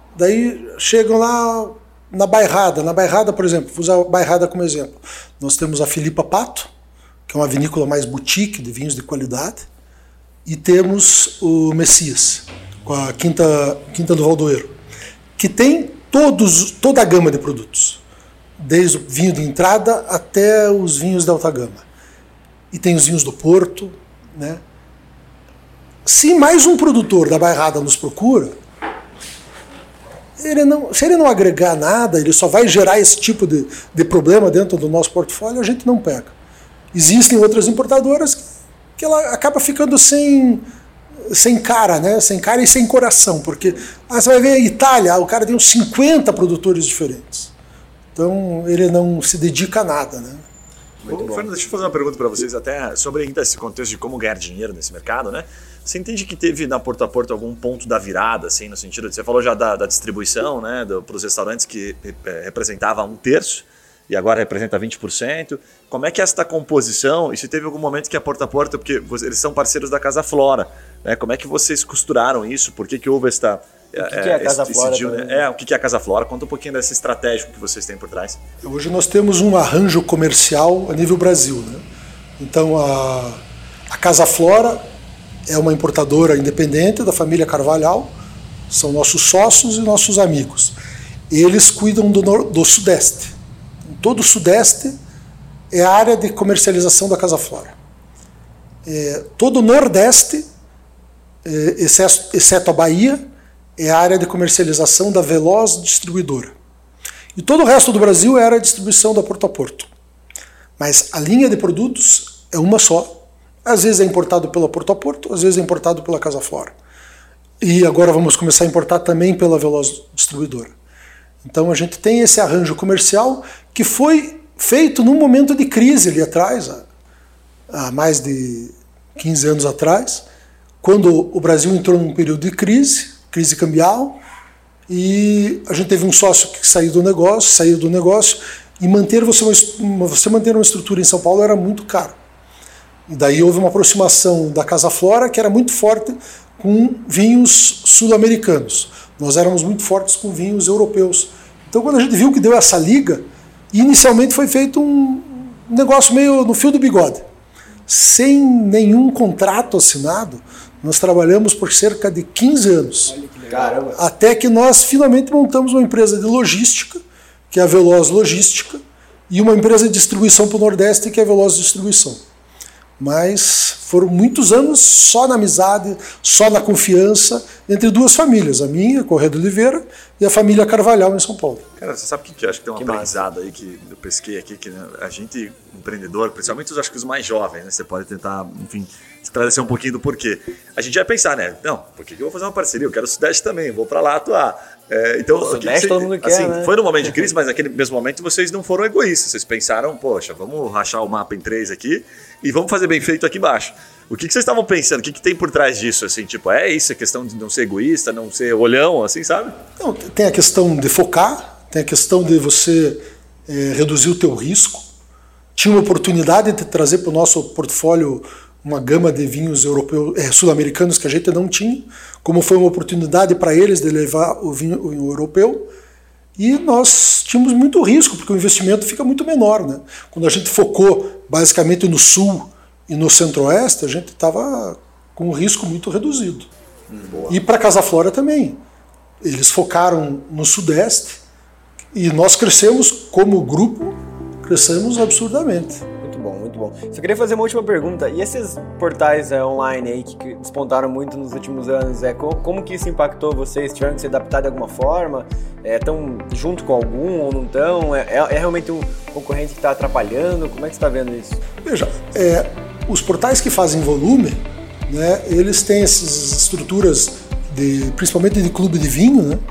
Daí chegam lá... Na Bairrada, na Bairrada, por exemplo, vou usar a Bairrada como exemplo. Nós temos a Filipa Pato, que é uma vinícola mais boutique de vinhos de qualidade, e temos o Messias, com a Quinta, Quinta do Valdoeiro, que tem todos, toda a gama de produtos. desde o vinho de entrada até os vinhos de alta gama. E tem os vinhos do Porto, né? Se mais um produtor da Bairrada nos procura, ele não, se ele não agregar nada, ele só vai gerar esse tipo de, de problema dentro do nosso portfólio, a gente não pega. Existem outras importadoras que, que ela acaba ficando sem, sem cara, né? Sem cara e sem coração, porque ah, você vai ver a Itália, o cara tem uns cinquenta produtores diferentes. Então ele não se dedica a nada, né? Muito bom. Fernando, deixa eu fazer uma pergunta para vocês até sobre ainda esse contexto de como ganhar dinheiro nesse mercado, né? Você entende que teve na Porto a Porto algum ponto da virada, assim, no sentido de, você falou já da, da distribuição, né, para os restaurantes que é, representava um terço e agora representa vinte por cento. Como é que é esta composição, e se teve algum momento que a Porto a Porto, porque eles são parceiros da Casa Flora, né, como é que vocês costuraram isso, por que que houve esta... O que, é, que é a Casa esse, Flora? esse, né? É, o que é a Casa Flora? Conta um pouquinho dessa estratégia que vocês têm por trás. Hoje nós temos um arranjo comercial a nível Brasil, né? Então a, a Casa Flora é uma importadora independente da família Carvalhal, são nossos sócios e nossos amigos. Eles cuidam do, do Sudeste. Todo o Sudeste é a área de comercialização da Casa Flora. É, todo o Nordeste, é, exceto, exceto a Bahia, é a área de comercialização da Veloz Distribuidora. E todo o resto do Brasil era a distribuição da Porto a Porto. Mas a linha de produtos é uma só. Às vezes é importado pela Porto a Porto, às vezes é importado pela Casa Flora. E agora vamos começar a importar também pela Veloz Distribuidora. Então a gente tem esse arranjo comercial que foi feito num momento de crise ali atrás, há mais de quinze anos atrás, quando o Brasil entrou num período de crise, crise cambial, e a gente teve um sócio que saiu do negócio, saiu do negócio, e manter você, uma, você manter uma estrutura em São Paulo era muito caro. E daí houve uma aproximação da Casa Flora, que era muito forte com vinhos sul-americanos. Nós éramos muito fortes com vinhos europeus. Então quando a gente viu que deu essa liga, inicialmente foi feito um negócio meio no fio do bigode. Sem nenhum contrato assinado, nós trabalhamos por cerca de quinze anos. Caramba. Até que nós finalmente montamos uma empresa de logística, que é a Veloz Logística, e uma empresa de distribuição para o Nordeste, que é a Veloz Distribuição. Mas foram muitos anos só na amizade, só na confiança entre duas famílias, a minha, Corrêa de Oliveira, e a família Carvalhal em São Paulo. Cara, você sabe o que, que eu acho que tem um Que aprendizado aí que eu pesquei aqui, que né, a gente, empreendedor, principalmente os, acho que os mais jovens, né, você pode tentar, enfim, esclarecer um pouquinho do porquê. A gente vai pensar, né, não, por que eu vou fazer uma parceria? Eu quero o Sudeste também, vou para lá atuar. É, então, o o que Sudeste que você, todo mundo quer, assim, né? Foi no momento de crise, mas naquele mesmo momento vocês não foram egoístas, vocês pensaram, poxa, vamos rachar o mapa em três aqui e vamos fazer bem feito aqui embaixo. O que, que vocês estavam pensando? O que, que tem por trás disso? Assim, tipo, é isso, a questão de não ser egoísta, não ser olhão, assim, sabe? Não, tem a questão de focar, tem a questão de você é, reduzir o teu risco. Tinha uma oportunidade de trazer para o nosso portfólio uma gama de vinhos europeus, é, sul-americanos que a gente não tinha, como foi uma oportunidade para eles de levar o vinho, o vinho europeu. E nós tínhamos muito risco, porque o investimento fica muito menor, né? Quando a gente focou basicamente no sul e no centro-oeste, a gente estava com um risco muito reduzido. Hum, e para Casa Flora também. Eles focaram no sudeste e nós crescemos como grupo, crescemos absurdamente. Muito bom, muito bom. Só queria fazer uma última pergunta. E esses portais é, online aí que, que despontaram muito nos últimos anos, é, como, como que isso impactou vocês? Tiveram que se adaptar de alguma forma? Estão é, junto com algum ou não estão? É, é, é realmente um concorrente que está atrapalhando? Como é que você está vendo isso? Veja, é, os portais que fazem volume, né, eles têm essas estruturas, de, principalmente de clube de vinho, né?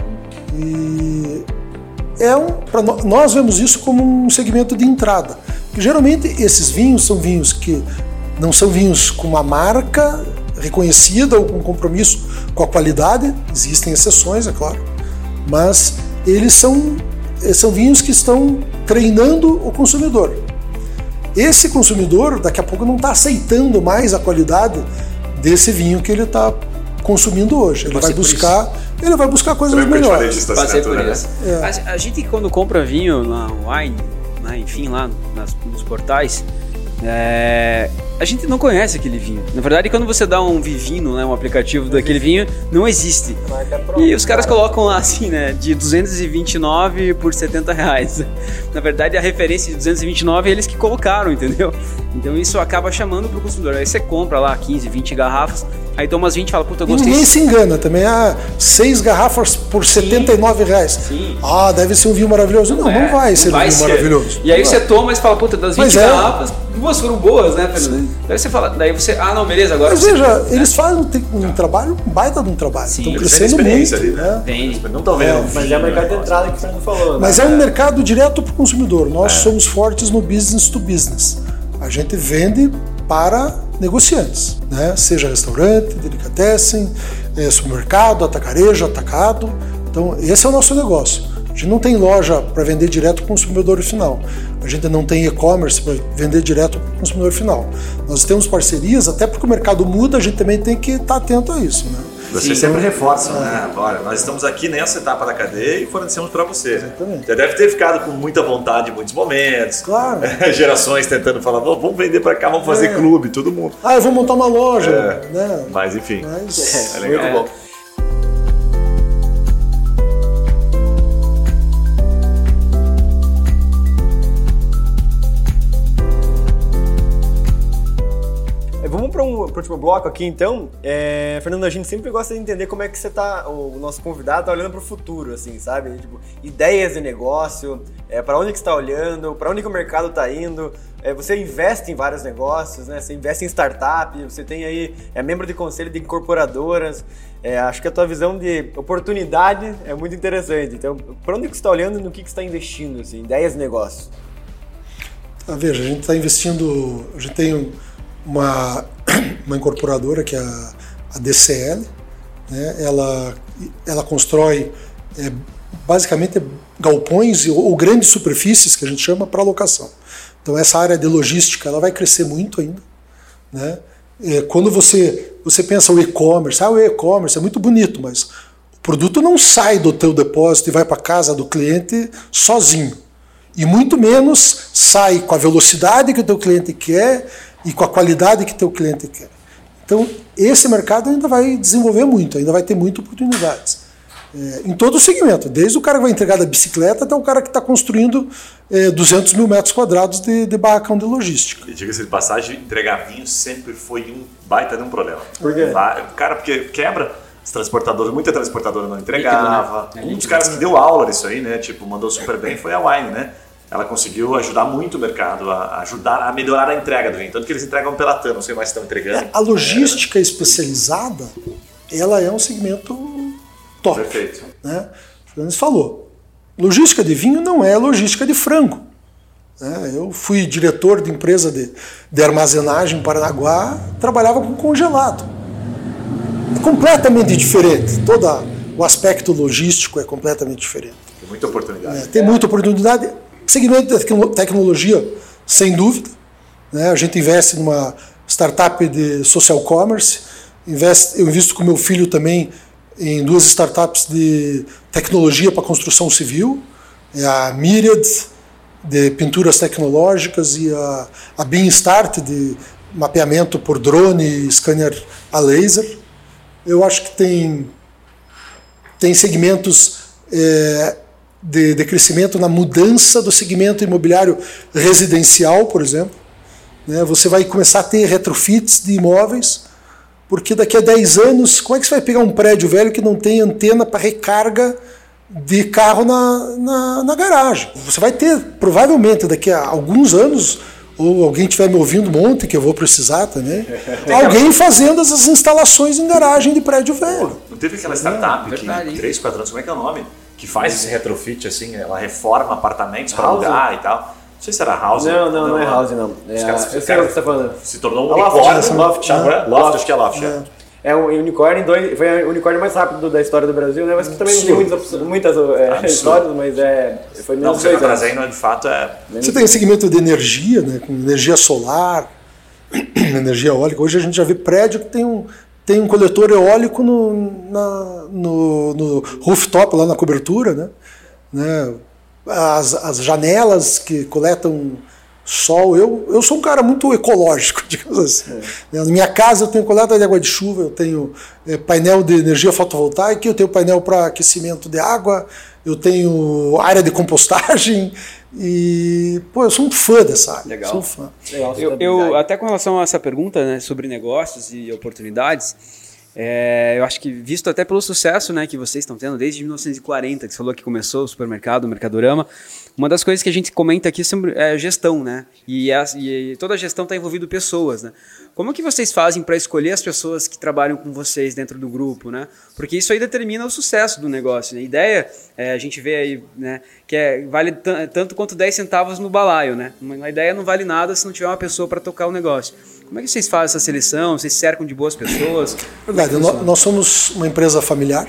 E é um, pra no, nós vemos isso como um segmento de entrada. E, geralmente esses vinhos são vinhos que não são vinhos com uma marca reconhecida ou com compromisso com a qualidade, existem exceções, é claro, mas eles são, são vinhos que estão treinando o consumidor. Esse consumidor daqui a pouco não está aceitando mais a qualidade desse vinho que ele está consumindo hoje. Ele vai buscar, ele vai buscar coisas melhores. Passei por isso. É. A, a gente quando compra vinho na wine, né, enfim, lá nas, nos portais, é, a gente não conhece aquele vinho. Na verdade, quando você dá um Vivino, né, um aplicativo daquele vinho, não existe. E os caras colocam lá assim, né, de duzentos e vinte e nove por setenta reais. Na verdade, a referência de duzentos e vinte e nove é eles que colocaram, entendeu? Então isso acaba chamando pro consumidor. Aí você compra lá quinze, vinte garrafas, aí toma as vinte e fala, puta, eu gostei. E ninguém se engana também. Ah, seis garrafas por setenta e nove reais. Sim. Ah, deve ser um vinho maravilhoso. Não, não, é, não vai ser não vai um vinho ser. maravilhoso. E aí não você vai. toma e você fala, puta, das vinte Mas é. garrafas, duas foram boas, né, Fernando? Daí você fala, daí você, ah, não, beleza, agora Mas você... veja, eles fazem um, um trabalho, um baita de um trabalho. Sim, Estão eles crescendo têm muito. experiência ali, né? né? Tem. Não estão vendo. É, um Mas vinho, é o mercado de né? entrada que o Fernando falou. Mas né? é um mercado direto para o consumidor. Nós somos fortes no business to business. A gente vende para negociantes, né? Seja restaurante, delicatessen, é, supermercado, atacarejo, atacado. Então, esse é o nosso negócio. A gente não tem loja para vender direto para o consumidor final. A gente não tem e-commerce para vender direto para o consumidor final. Nós temos parcerias, até porque o mercado muda, a gente também tem que estar atento a isso, né? Você sempre reforça, né? Olha, nós estamos aqui nessa etapa da cadeia e fornecemos para você. Exatamente. Você deve ter ficado com muita vontade em muitos momentos. Claro. Gerações tentando falar, vamos vender para cá, vamos fazer É. clube, todo mundo. Ah, eu vou montar uma loja, É. né? Mas enfim, Mas é legal. Muito bom. É, vamos para um pro último bloco aqui, então. É, Fernando, a gente sempre gosta de entender como é que você tá, o nosso convidado tá olhando para o futuro, assim, sabe? Tipo, ideias de negócio, é, para onde que você está olhando, para onde que o mercado está indo. É, você investe em vários negócios, né? Você investe em startup, você tem aí, é membro de conselho de incorporadoras. É, acho que a tua visão de oportunidade é muito interessante. Então, para onde que você está olhando e no que que você está investindo, assim, ideias de negócio? Ah, veja, a gente está investindo, a gente tem uma, uma incorporadora que é a, a D C L, né? ela, ela constrói é, basicamente galpões ou, ou grandes superfícies que a gente chama para locação. Então essa área de logística ela vai crescer muito ainda, né? É, quando você, você pensa o e-commerce, ah, o e-commerce é muito bonito, mas o produto não sai do teu depósito e vai para casa do cliente sozinho. E muito menos sai com a velocidade que o teu cliente quer e com a qualidade que o teu cliente quer. Então, esse mercado ainda vai desenvolver muito, ainda vai ter muitas oportunidades. É, em todo o segmento, desde o cara que vai entregar da bicicleta até o cara que está construindo é, duzentos mil metros quadrados de, de barracão de logística. E diga-se de passagem, entregar vinho sempre foi um baita de um problema. Por quê? Cara, porque quebra as transportadoras, muita transportadora não entregava. Líquido, né? Um dos caras que deu aula nisso aí, né? Tipo, mandou super bem foi a Wine, né? Ela conseguiu ajudar muito o mercado, a ajudar a melhorar a entrega do vinho. Tanto que eles entregam pela TAM, não sei mais se estão entregando. É, a logística especializada, ela é um segmento top. Perfeito. Né? O Fernandes falou, logística de vinho não é logística de frango. Né? Eu fui diretor de empresa de, de armazenagem em Paranaguá, trabalhava com congelado. É completamente diferente, todo o aspecto logístico é completamente diferente. Tem muita oportunidade. É, tem muita oportunidade. Segmento de tecnologia, sem dúvida. Né? A gente investe numa startup de social commerce, investe, eu invisto com meu filho também em duas startups de tecnologia para construção civil, é a Myriad, de pinturas tecnológicas, e a, a Beamstart, de mapeamento por drone e scanner a laser. Eu acho que tem, tem segmentos é, de, de crescimento na mudança do segmento imobiliário residencial, por exemplo. Né? Você vai começar a ter retrofits de imóveis, porque daqui a dez anos, como é que você vai pegar um prédio velho que não tem antena para recarga de carro na, na, na garagem? Você vai ter, provavelmente, daqui a alguns anos, ou alguém estiver me ouvindo um monte, que eu vou precisar também, alguém fazendo essas instalações em garagem de prédio velho. Não teve aquela startup É, que verdade. em três, quatro anos, como é que é o nome? Que faz esse retrofit, assim, ela reforma apartamentos para House? alugar e tal. Não sei se era House. Não, não, não é House, não. É, Os caras- eu os sei o caras que você está falando. Se tornou um A Loft, unicórnio. né? Loft, Chama- né? Loft, acho que é Loft. é. É um unicórnio, dois, foi o unicórnio mais rápido da história do Brasil, né? Mas que também não tem muitas, opções- muitas é, Absurdo. histórias, mas é, foi Não, menos você está dois anos. trazendo, de fato, é... Você tem segmento de energia, né, com energia solar, energia eólica. Hoje a gente já vê prédio que tem um, tem um coletor eólico no, na, no, no rooftop, lá na cobertura. Né? Né? As, as janelas que coletam sol. Eu, eu sou um cara muito ecológico, digamos assim. É. Na minha casa eu tenho coleta de água de chuva, eu tenho é, painel de energia fotovoltaica, eu tenho painel para aquecimento de água, eu tenho área de compostagem e, pô, eu sou um fã dessa área. Legal. Sou um fã. Legal, eu, eu, até com relação a essa pergunta, né, sobre negócios e oportunidades, é, eu acho que visto até pelo sucesso, né, que vocês estão tendo desde mil novecentos e quarenta, que você falou que começou o supermercado, o Mercadorama, uma das coisas que a gente comenta aqui é gestão, né? E, a, e toda a gestão está envolvendo pessoas, né? Como que vocês fazem para escolher as pessoas que trabalham com vocês dentro do grupo, né? Porque isso aí determina o sucesso do negócio, né? A ideia, é, a gente vê aí, né, que é, vale t- tanto quanto dez centavos no balaio, né? Uma ideia não vale nada se não tiver uma pessoa para tocar o negócio. Como é que vocês fazem essa seleção? Vocês cercam de boas pessoas? Verdade, é nós, nós somos uma empresa familiar,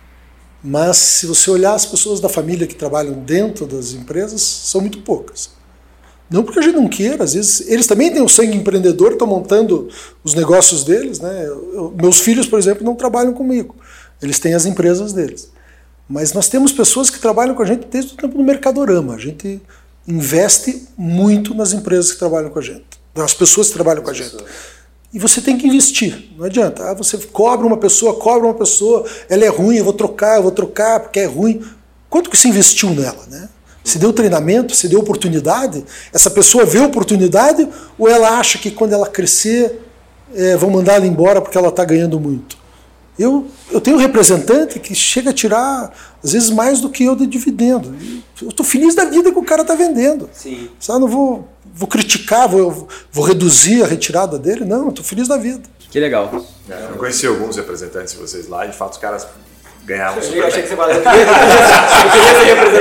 mas se você olhar as pessoas da família que trabalham dentro das empresas, são muito poucas. Não porque a gente não queira, às vezes eles também têm o sangue empreendedor, estão montando os negócios deles, né? Eu, eu, meus filhos, por exemplo, não trabalham comigo, eles têm as empresas deles. Mas nós temos pessoas que trabalham com a gente desde o tempo do Mercadorama. A gente investe muito nas empresas que trabalham com a gente, nas pessoas que trabalham com a gente. E você tem que investir, não adianta. Ah, você cobra uma pessoa, cobra uma pessoa, ela é ruim, eu vou trocar, eu vou trocar porque é ruim. Quanto que se investiu nela, né? Se deu treinamento, se deu oportunidade, essa pessoa vê oportunidade ou ela acha que quando ela crescer é, vão mandar ela embora porque ela está ganhando muito? Eu, eu tenho um representante que chega a tirar, às vezes, mais do que eu de dividendo. Eu estou feliz da vida que o cara está vendendo. Sim. Sabe? Não vou, vou criticar, vou, vou reduzir a retirada dele. Não, eu estou feliz da vida. Que legal. É, eu conheci alguns representantes de vocês lá e, de fato, os caras ganhavam super Eu achei que bem. você falava. Eu queria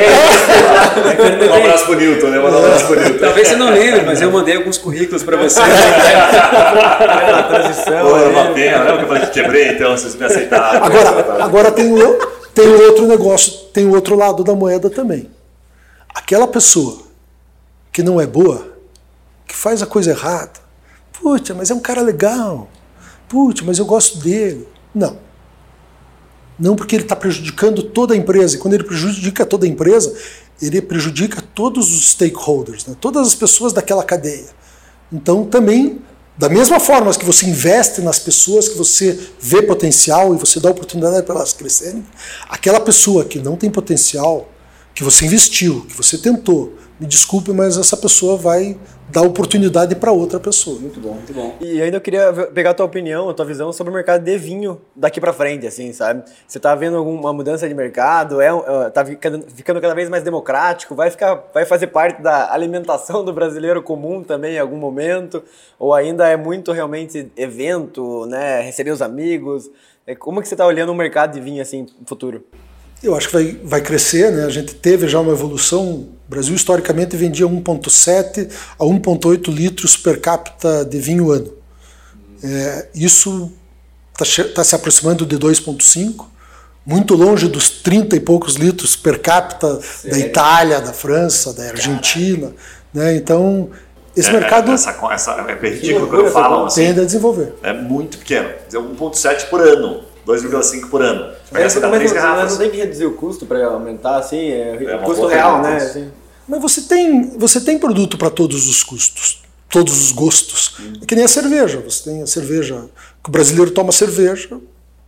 ser representante. Um abraço pro Newton, né? Um abraço pro Newton. Talvez você não lembre, mas eu mandei alguns currículos para você. Na transição. Pô, ali. uma pena, lembra que eu falei que quebrei, então vocês me aceitaram. Agora, agora tem, o, tem o outro negócio, tem o outro lado da moeda também. Aquela pessoa que não é boa, que faz a coisa errada, putz, mas é um cara legal, putz, mas eu gosto dele. Não. Não porque ele está prejudicando toda a empresa. E quando ele prejudica toda a empresa, ele prejudica todos os stakeholders, né? Todas as pessoas daquela cadeia. Então também, da mesma forma que você investe nas pessoas, que você vê potencial e você dá oportunidade para elas crescerem, aquela pessoa que não tem potencial, que você investiu, que você tentou, me desculpe, mas essa pessoa vai dar oportunidade para outra pessoa. Muito bom, muito bom. E ainda eu queria pegar a tua opinião, a tua visão sobre o mercado de vinho daqui pra frente, assim, sabe? Você tá vendo alguma mudança de mercado? É, é, tá ficando, ficando cada vez mais democrático? Vai, ficar, vai fazer parte da alimentação do brasileiro comum também em algum momento? Ou ainda é muito realmente evento, né? Receber os amigos? Como que você tá olhando o mercado de vinho, assim, no futuro? Eu acho que vai, vai crescer, né? A gente teve já uma evolução. O Brasil historicamente vendia um vírgula sete a um vírgula oito litros per capita de vinho ano. É, isso está tá se aproximando de dois vírgula cinco, muito longe dos trinta e poucos litros per capita Sério? da Itália, da França, da Argentina. Né? Então, esse É, mercado essa, essa, é ridículo quando falam assim. tende a desenvolver. É muito pequeno. um vírgula sete por ano, dois vírgula cinco por ano. Vai Mas, gastar mas, três mas garrafas. não tem que reduzir o custo para aumentar, assim? É, É o uma custo boa real, pergunta. né? Assim. Mas você tem, você tem produto para todos os custos, todos os gostos. É que nem a cerveja. Você tem a cerveja, que o brasileiro toma cerveja,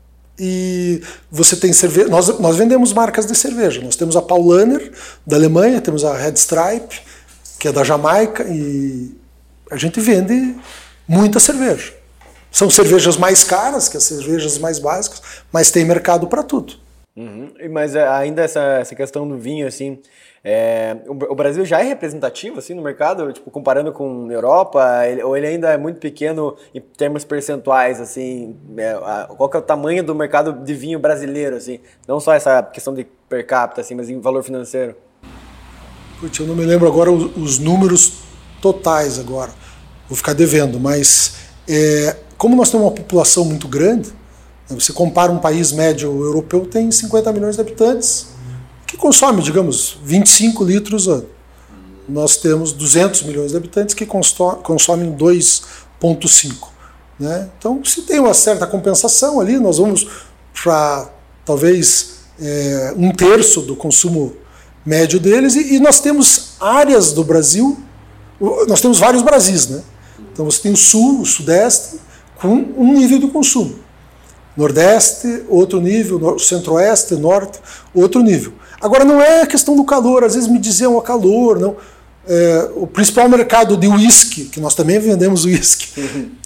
e você tem cerveja. Nós, nós vendemos marcas de cerveja. Nós temos a Paulaner, da Alemanha, temos a Red Stripe, que é da Jamaica, e a gente vende muita cerveja. São cervejas mais caras que as cervejas mais básicas, mas tem mercado para tudo. Uhum. Mas é, ainda essa, essa questão do vinho, assim, é, o, o Brasil já é representativo, assim, no mercado, tipo, comparando com a Europa, ele, ou ele ainda é muito pequeno em termos percentuais, assim, é, a, qual que é o tamanho do mercado de vinho brasileiro, assim, não só essa questão de per capita, assim, mas em valor financeiro? Putz, eu não me lembro agora os, os números totais agora, vou ficar devendo, mas é, como nós temos uma população muito grande, você compara um país médio europeu, tem cinquenta milhões de habitantes, que consome, digamos, vinte e cinco litros ano. Nós temos duzentos milhões de habitantes que consomem dois vírgula cinco. Né? Então, se tem uma certa compensação ali, nós vamos para talvez é, um terço do consumo médio deles, e, e nós temos áreas do Brasil nós temos vários Brasis, né? Então você tem o sul, o sudeste, com um nível de consumo. Nordeste, outro nível, centro-oeste, norte, outro nível. Agora não é questão do calor, às vezes me diziam o calor, não. É, o principal mercado de uísque, que nós também vendemos uísque,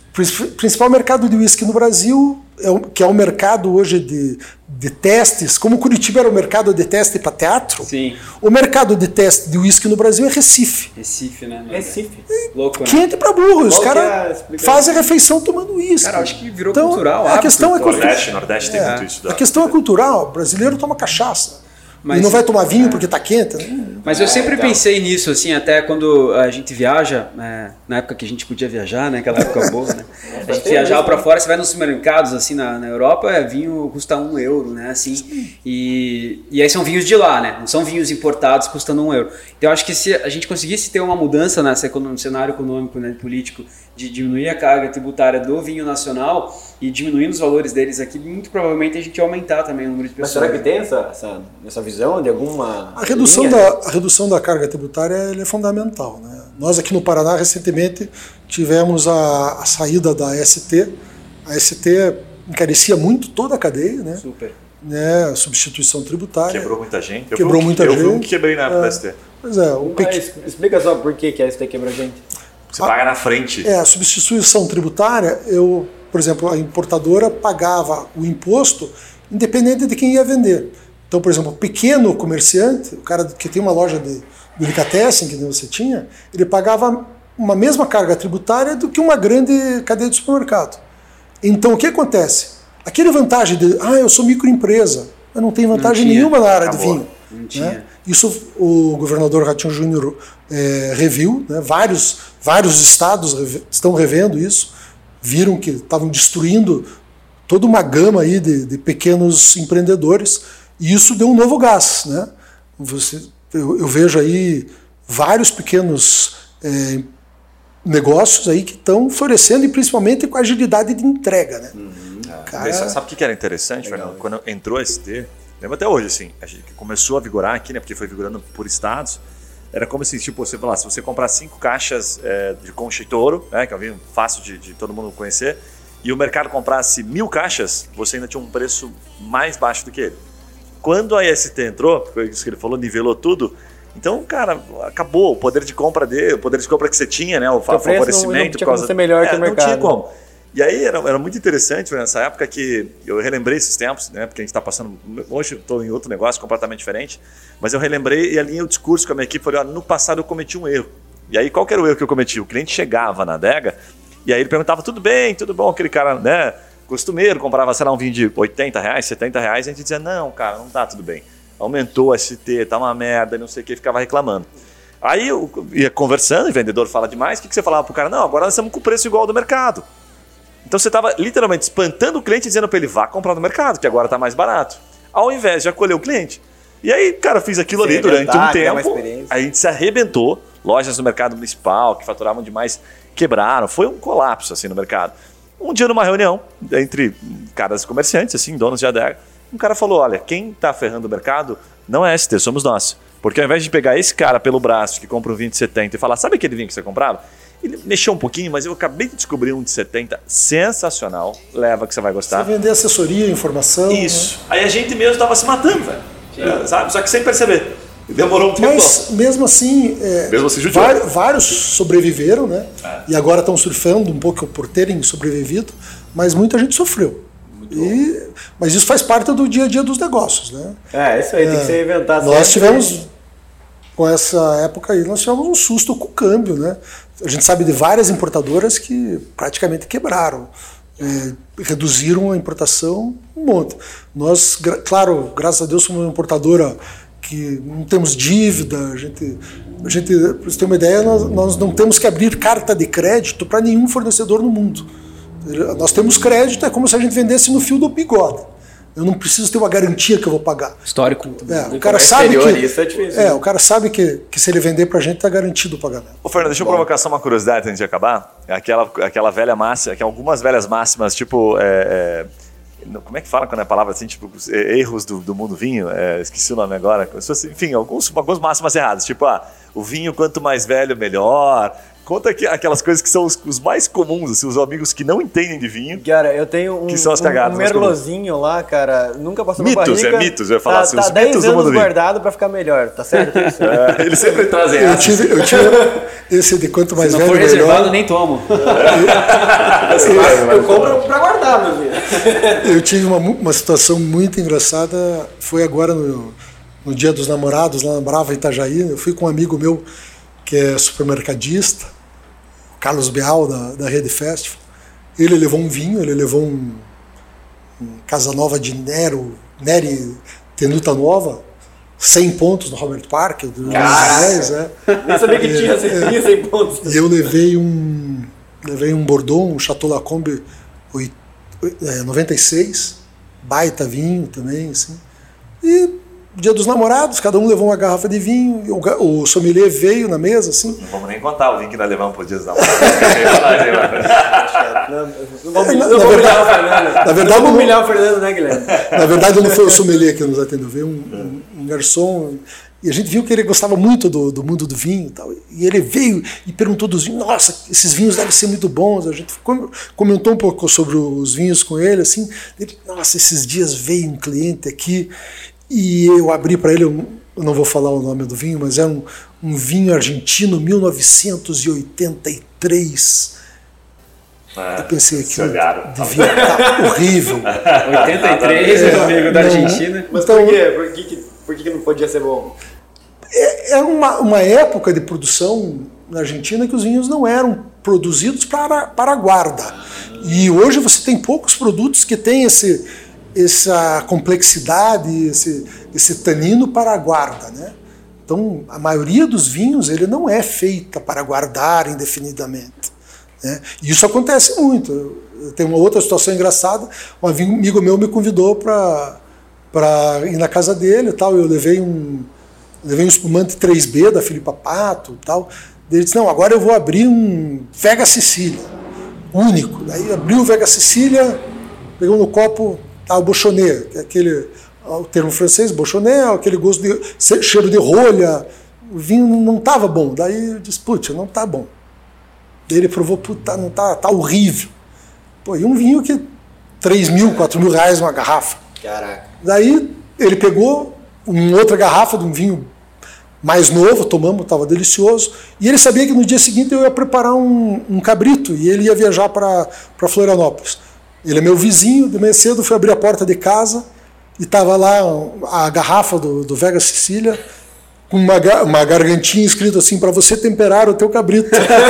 o principal mercado de uísque no Brasil, é o, que é o mercado hoje de, de testes, como Curitiba era o mercado de teste para teatro, Sim. o mercado de teste de uísque no Brasil é Recife. Recife, né? Recife. Louco, né? Quente para burro, os Qual que é a caras explicação? fazem a refeição tomando uísque. Cara, acho que virou Então, cultural. a hábito. questão é cultural. Nordeste, Nordeste tem É, muito isso. Da... A questão é cultural. O brasileiro toma cachaça. Mas- e não vai tomar vinho porque tá quente. Né? Mas eu sempre então. pensei nisso, assim, até quando a gente viaja, é, na época que a gente podia viajar, né, aquela época boa, né, a gente viajava pra fora, você vai nos supermercados, assim, na, na Europa, é, vinho custa um euro, né, assim, e, e aí são vinhos de lá, né, não são vinhos importados custando um euro. Então eu acho que se a gente conseguisse ter uma mudança nessa, no cenário econômico, né, político, de diminuir a carga tributária do vinho nacional e diminuindo os valores deles aqui, muito provavelmente a gente ia aumentar também o número de Mas pessoas. será que tem essa, essa, essa visão de alguma A redução, linha? da, a redução da carga tributária ela é fundamental. Né? Nós aqui no Paraná, recentemente, tivemos a, a saída da S T. A S T encarecia muito toda a cadeia, né? Super. Né? A substituição tributária. Quebrou muita gente. Eu Quebrou fui um- muita eu gente. fui um que quebrei na época da S T. Pois é, o pequ... Mas explica só por que, que a S T quebrou a gente. Você paga na frente. É, a substituição tributária, eu, por exemplo, a importadora pagava o imposto independente de quem ia vender. Então, por exemplo, o pequeno comerciante, o cara que tem uma loja de delicatessen, que você tinha, ele pagava uma mesma carga tributária do que uma grande cadeia de supermercado. Então, o que acontece? Aquele vantagem de, ah, eu sou microempresa, eu não tenho vantagem Não tinha. nenhuma na área de Acabou. vinho. Não Né? tinha. Isso o governador Ratinho Júnior é, reviu, né? vários, vários estados reve, estão revendo isso, viram que estavam destruindo toda uma gama aí de, de pequenos empreendedores, e isso deu um novo gás. Né? Você, eu, eu vejo aí vários pequenos é, negócios aí que estão florescendo, e principalmente com agilidade de entrega. Né? Uhum. Cara, Sabe sabe o que que era interessante, Fernando? Quando entrou a S T, lembra até hoje, assim, a gente começou a vigorar aqui, né? Porque foi vigorando por estados. Era como se, tipo, você falasse, se você comprar cinco caixas é, de Concha e Toro, né? Que é um vinho fácil de, de todo mundo conhecer, e o mercado comprasse mil caixas, você ainda tinha um preço mais baixo do que ele. Quando a S T entrou, foi isso que ele falou, nivelou tudo. Então, cara, acabou o poder de compra dele, o poder de compra que você tinha, né? O Seu preço favorecimento. não- não tinha por como causa- ser melhor é, que o mercado. Não tinha como. E aí era, era muito interessante nessa época que eu relembrei esses tempos, né? Porque a gente está passando. Hoje eu estou em outro negócio completamente diferente, mas eu relembrei e alinhei o discurso com a minha equipe. Falei, olha, no passado eu cometi um erro. E aí qual que era o erro que eu cometi? O cliente chegava na adega e aí ele perguntava: tudo bem, tudo bom? Aquele cara, né? Costumeiro, comprava, sei lá, um vinho de oitenta reais, setenta reais, e a gente dizia: não, cara, não tá tudo bem. Aumentou a S T, tá uma merda, não sei o que, ficava reclamando. Aí eu ia conversando, e o vendedor fala demais, o que, que você falava pro cara? Não, agora nós estamos com o preço igual ao do mercado. Então você estava literalmente espantando o cliente, dizendo para ele: vá comprar no mercado, que agora está mais barato, ao invés de acolher o cliente. E aí, cara, eu fiz aquilo Se ali durante um arrebentar, criar uma tempo, experiência. a gente se arrebentou, lojas no mercado municipal que faturavam demais quebraram, foi um colapso assim no mercado. Um dia numa reunião entre caras comerciantes, assim, donos de adega, um cara falou: olha, quem está ferrando o mercado não é a S T, somos nós. Porque ao invés de pegar esse cara pelo braço que compra um vinho de setenta e falar: sabe aquele vinho que você comprava? Ele mexeu um pouquinho, mas eu acabei de descobrir um de setenta sensacional. Leva que você vai gostar. você vender assessoria, informação. Isso. Aí a gente mesmo tava se matando, velho. É, sabe? Só que sem perceber. Demorou um Né? tempo. Mas mesmo assim, é, Mesmo assim, judiou. vários, vários sobreviveram, né? É. E agora estão surfando um pouco por terem sobrevivido, mas muita gente sofreu. E, mas isso faz parte do dia a dia dos negócios, né? É, isso aí, tem que ser inventado. Nós sempre. tivemos, com essa época aí, nós tivemos um susto com o câmbio, né? A gente sabe de várias importadoras que praticamente quebraram, é, reduziram a importação um monte. Nós, gra- claro, graças a Deus, somos uma importadora que não temos dívida, a gente, a gente para você ter uma ideia, nós, nós não temos que abrir carta de crédito para nenhum fornecedor no mundo. Nós temos crédito, é como se a gente vendesse no fio do bigode. Eu não preciso ter uma garantia que eu vou pagar. Histórico. É, o E cara como é sabe exterior, que isso é difícil, é, né? o cara sabe que, que se ele vender pra gente tá garantido o pagamento. Ô, Fernando, deixa eu provocar só uma curiosidade antes de acabar. Aquela, aquela velha máxima, que algumas velhas máximas, tipo. É, é, como é que fala quando é a palavra assim? Tipo, erros do, do mundo vinho? É, esqueci o nome agora. Enfim, alguns, algumas máximas erradas. Tipo, ah, o vinho quanto mais velho, melhor. Conta aqui aquelas coisas que são os, os mais comuns, assim, os amigos que não entendem de vinho. Cara, eu tenho um, que são as cagadas, um merlozinho lá, cara, nunca passou mitos, na barriga. É mitos, eu ia falar tá, assim, tá os dez mitos do anos mundo do vinho. guardado pra ficar melhor, tá certo? Isso? É, eles sempre trazem Eu essas. tive, eu tive esse de quanto mais Se não velho, for melhor. reservado, nem tomo. Eu compro pra guardar, meu filho. Eu tive uma, mu- uma situação muito engraçada, foi agora no, no Dia dos Namorados, lá na Brava Itajaí. Eu fui com um amigo meu que é supermercadista, o Carlos Beal, da, da Rede Festival. Ele levou um vinho, ele levou um, um Casa Nova de Nero, Neri Tenuta Nova, cem pontos no Robert Parker, do dez, é. Nem sabia que tinha cem pontos. E eu levei um, levei um Bordeaux, um Chateau Lacombe oit- é, noventa e seis, baita vinho também, assim. E Dia dos Namorados, cada um levou uma garrafa de vinho, e o, ga- o sommelier veio na mesa, assim. Não vamos nem contar o vinho que nós levamos pro dia dos namorados. Não vou Na- humilhar na não vou humilhar o verdade- Fernando. na verdade, não vou não- humilhar o Fernando, né, Guilherme? Na verdade, não foi o sommelier que nos atendeu, veio um, um, um garçom. E a gente viu que ele gostava muito do, do mundo do vinho e tal. E ele veio e perguntou dos vinhos. Nossa, esses vinhos devem ser muito bons. A gente com- comentou um pouco sobre os vinhos com ele, assim. Ele, nossa, esses dias veio um cliente aqui e eu abri para ele, um, eu não vou falar o nome do vinho, mas é um, um vinho argentino, mil novecentos e oitenta e três. É, Eu pensei se aqui, olharam. devia estar horrível. oitenta e três, É, meu amigo da não. Argentina. Mas Então- por quê? Por que, que- por que que não podia ser bom? É uma, uma época de produção na Argentina que os vinhos não eram produzidos para, para a guarda. E hoje você tem poucos produtos que têm esse, essa complexidade, esse, esse tanino para a guarda, né? Então, a maioria dos vinhos ele não é feita para guardar indefinidamente, né? E isso acontece muito. Eu tenho uma outra situação engraçada. Um amigo meu me convidou para para ir na casa dele e tal. Eu levei um levei um espumante três B da Filipa Pato e tal. Ele disse, não, agora eu vou abrir um Vega Sicília, único. Daí abriu o Vega Sicília, pegou no copo tá, o Bochonnet, que é aquele, o termo francês, Bochonnet, aquele gosto de cheiro de rolha. O vinho não estava bom. Daí eu disse, putz, não está bom. Daí ele provou, puta, não tá, tá horrível. Pô, e um vinho que três mil, quatro mil reais uma garrafa. Caraca. Daí ele pegou uma outra garrafa de um vinho mais novo, tomamos, estava delicioso, e ele sabia que no dia seguinte eu ia preparar um, um cabrito e ele ia viajar para Florianópolis. Ele é meu vizinho, de manhã cedo fui abrir a porta de casa e estava lá a garrafa do, do Vega Sicília com uma, uma gargantinha escrito assim, para você temperar o teu cabrito.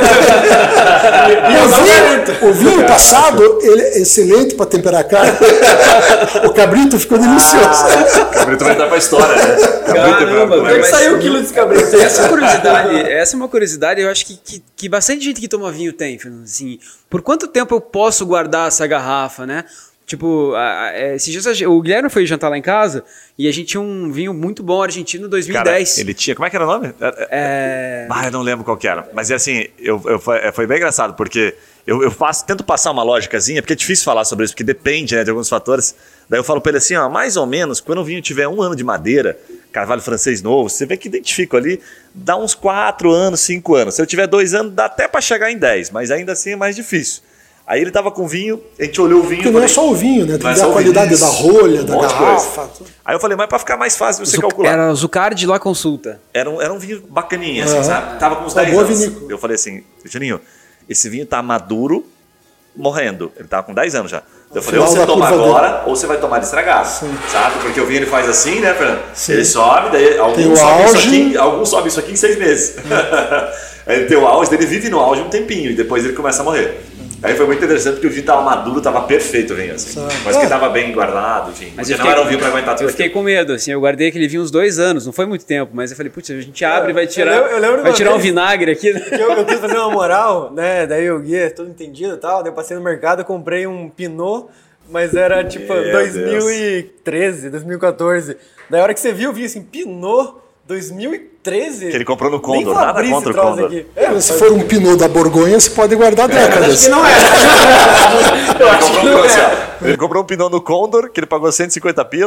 E o vinho, o vinho passado, ele é excelente para temperar carne. O cabrito ficou delicioso. O cabrito vai dar pra história, né? Caramba, Como é que mas- saiu o quilo desse cabrito? Essa é uma curiosidade, essa é uma curiosidade, eu acho que, que, que bastante gente que toma vinho tem, Fernando, assim, por quanto tempo eu posso guardar essa garrafa, né? Tipo, a, a, esses dias a gente- o Guilherme foi jantar lá em casa e a gente tinha um vinho muito bom argentino dois mil e dez. Cara, ele tinha. Como é que era o nome? É... Ah, eu não lembro qual que era. Mas é assim, eu, eu, foi, foi bem engraçado, porque eu, eu faço, tento passar uma lógicazinha, porque é difícil falar sobre isso, porque depende, né, de alguns fatores. Daí eu falo pra ele assim, ó, mais ou menos, quando o vinho tiver um ano de madeira, carvalho francês novo, você vê que identifica ali, dá uns quatro anos, cinco anos. Se eu tiver dois anos, dá até pra chegar em dez, mas ainda assim é mais difícil. Aí ele tava com vinho, a gente olhou o vinho... Porque não é só o vinho, né? Tem Não é que ver só a o qualidade vinho, da isso. rolha, Um da monte de garrafa. tudo. Aí eu falei, mas pra ficar mais fácil de você Zuc- calcular. Era Zucard lá Consulta. Era um, era um vinho bacaninha, assim, Aham. sabe? Tava com uns Uma dez boa anos. vinícola. Eu falei assim, Juninho, esse vinho tá maduro, morrendo. Ele tava com dez anos já. Eu falei, ou Final você da toma curva agora, ou você vai tomar de estragado. Sim. Sabe? Porque o vinho ele faz assim, né, Fernando? Sim. Ele sobe, daí Tem alguns o sobem isso auge. aqui, alguns sobem isso aqui em seis meses. Ele tem o auge, daí ele vive no auge um tempinho e depois ele começa a morrer. Aí foi muito interessante porque o vinho tava maduro, tava perfeito o vinho, assim. Certo. Mas que É. tava bem guardado, enfim. Mas Porque eu não fiquei- era um vinho pra aguentar tudo Eu fiquei com medo, assim, eu guardei aquele vinho uns dois anos, não foi muito tempo, mas eu falei, putz, a gente abre e vai tirar, eu lembro- eu lembro de vai uma tirar um vez- vinagre aqui, né? Eu, eu quis fazer uma moral, né? Daí o guia, todo entendido e tal. Daí eu passei no mercado e comprei um Pinot, mas era tipo Meu dois mil e treze, dois mil e quatorze. Daí a hora que você viu, eu vi assim, Pinot dois mil e treze. Que ele comprou no Nem Condor, vou nada abrir contra esse o troço Condor. aqui. É, Se for um Pinot da Borgonha, você pode guardar décadas. acho que não é. Eu Ele acho que comprou, não assim, é. ó, ele comprou um Pinot no Condor, que ele pagou cento e cinquenta pila,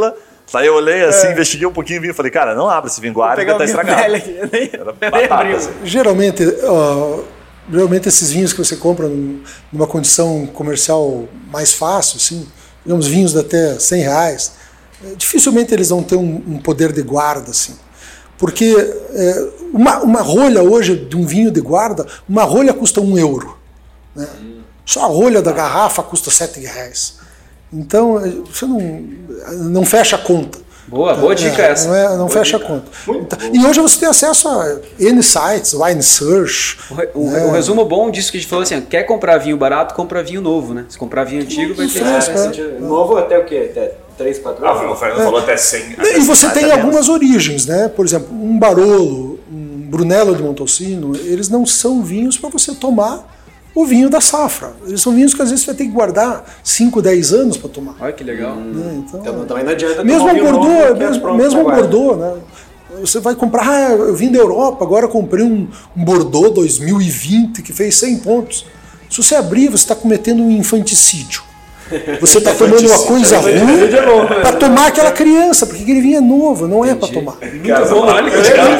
Aí eu olhei assim, é. investiguei um pouquinho o vinho e falei, cara, não abre esse vinho guarda, que tá estragado. Era batata, assim. Geralmente, uh, geralmente esses vinhos que você compra numa condição comercial mais fácil, assim, digamos, vinhos de até cem reais, dificilmente eles vão ter um, um poder de guarda, assim. Porque é, uma, uma rolha hoje de um vinho de guarda, uma rolha custa um euro. Né? Só a rolha da garrafa custa sete reais. Então, você não, não fecha a conta. Boa, boa dica é, essa. Não, é, não fecha dica. a conta. Então, e hoje você tem acesso a N sites, Wine Search. O, o, né? o resumo bom disso que a gente falou assim, quer comprar vinho barato, compra vinho novo, né? Se comprar vinho antigo, vai ter... Fresco, é. Novo até o quê? Até três, quatro anos? Ah, o Fernando falou até cem. E você tem algumas origens, né? Por exemplo, um Barolo, um Brunello de Montalcino, eles não são vinhos para você tomar o vinho da safra. Eles são vinhos que às vezes você vai ter que guardar cinco, dez anos para tomar. Olha que legal. Né? Então, então também não adianta mesmo um Bordeaux, novo, mesmo, mesmo um Bordeaux, né? Você vai comprar, ah, eu vim da Europa, agora comprei um, um Bordeaux dois mil e vinte que fez cem pontos. Se você abrir, você está cometendo um infanticídio. Você está tomando uma coisa ruim para tomar aquela criança, porque aquele vinho é novo, não é para tomar. Cara, muito bom, olha que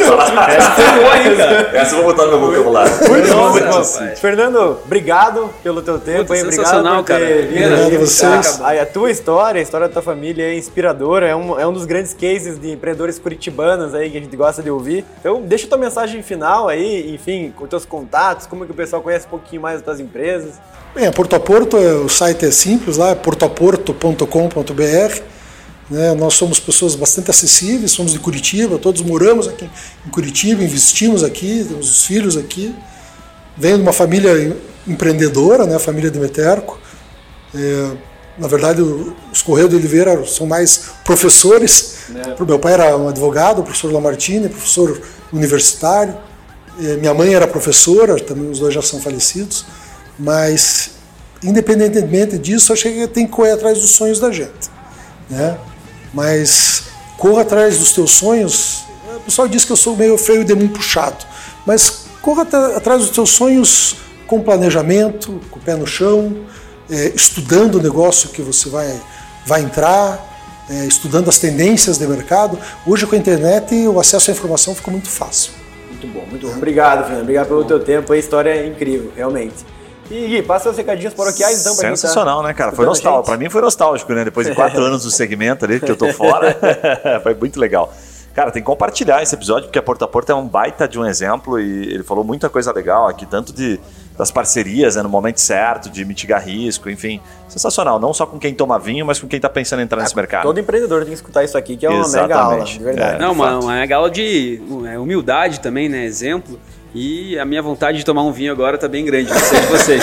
essa eu vou botar no meu vocabulário. Muito bom, muito bom. Fernando, obrigado pelo teu tempo. Puta, hein? Sensacional, obrigado por ter cara. vindo Obrigado a vocês. A, a tua história, a história da tua família é inspiradora, é um, é um dos grandes cases de empreendedores curitibanos aí que a gente gosta de ouvir. Então, deixa tua mensagem final aí, enfim, com teus contatos, como que o pessoal conhece um pouquinho mais das tuas empresas. Bem, a Porto a Porto, o site é simples lá, é porto a porto ponto com ponto b r. Né? Nós somos pessoas bastante acessíveis, somos de Curitiba, todos moramos aqui em Curitiba, investimos aqui, temos os filhos aqui. Venho de uma família empreendedora, né? A família Demeterco. É, na verdade, os Correia de Oliveira são mais professores. É. Meu pai era um advogado, o professor Lamartine, professor universitário. É, minha mãe era professora, também os dois já são falecidos. Mas, independentemente disso, eu acho que tem que correr atrás dos sonhos da gente. Né? Mas, corra atrás dos teus sonhos. O pessoal diz que eu sou meio freio de mão puxado. Mas, corra atrás dos teus sonhos com planejamento, com o pé no chão, é, estudando o negócio que você vai, vai entrar, é, estudando as tendências de mercado. Hoje, com a internet, o acesso à informação ficou muito fácil. Muito bom, muito bom. Obrigado, Fernando. Obrigado pelo teu tempo. A história é incrível, realmente. E Gui, passa os recadinhos paroquiais então pra gente. Sensacional, né, cara? Foi nostálgico. Pra mim foi nostálgico, né? Depois de quatro anos do segmento ali, que eu tô fora. Foi muito legal. Cara, tem que compartilhar esse episódio, porque a Porto a Porto é um baita de um exemplo e ele falou muita coisa legal aqui, tanto de, das parcerias, né, no momento certo, de mitigar risco, enfim. Sensacional, não só com quem toma vinho, mas com quem tá pensando em entrar é, nesse mercado. Todo empreendedor tem que escutar isso aqui, que é uma Exatamente. mega aula, de verdade. É, não, uma, uma mega aula de humildade também, né? Exemplo. E a minha vontade de tomar um vinho agora tá bem grande, não sei de vocês.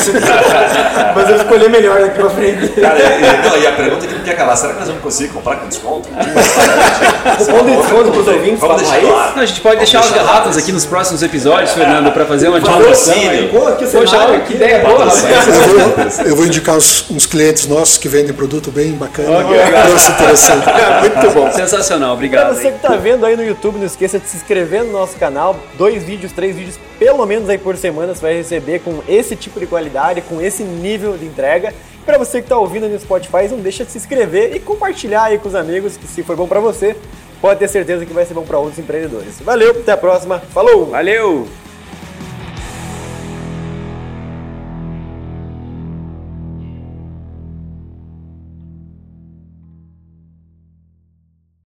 Mas eu escolhi melhor daqui pra frente. Cara, e, não, e a pergunta que não quer calar, será que nós vamos conseguir comprar com desconto? Cupom de desconto pros ouvintes, vamos deixar claro. Não, a gente pode deixar as garrafas aqui nos próximos episódios, Fernando, pra fazer uma divulgação. Poxa, que ideia boa, rapaz. Eu vou indicar uns, uns clientes nossos que vendem produto bem bacana. Okay, legal. Nossa, interessante. Muito bom. Sensacional, obrigado. Pra você que tá vendo aí no YouTube, não esqueça de se inscrever no nosso canal. Dois vídeos, três vídeos, pelo menos aí por semana você vai receber com esse tipo de qualidade, com esse nível de entrega. E pra você que tá ouvindo no Spotify, não deixa de se inscrever e compartilhar aí com os amigos, que se for bom pra você, pode ter certeza que vai ser bom pra outros empreendedores. Valeu, até a próxima. Falou! Valeu!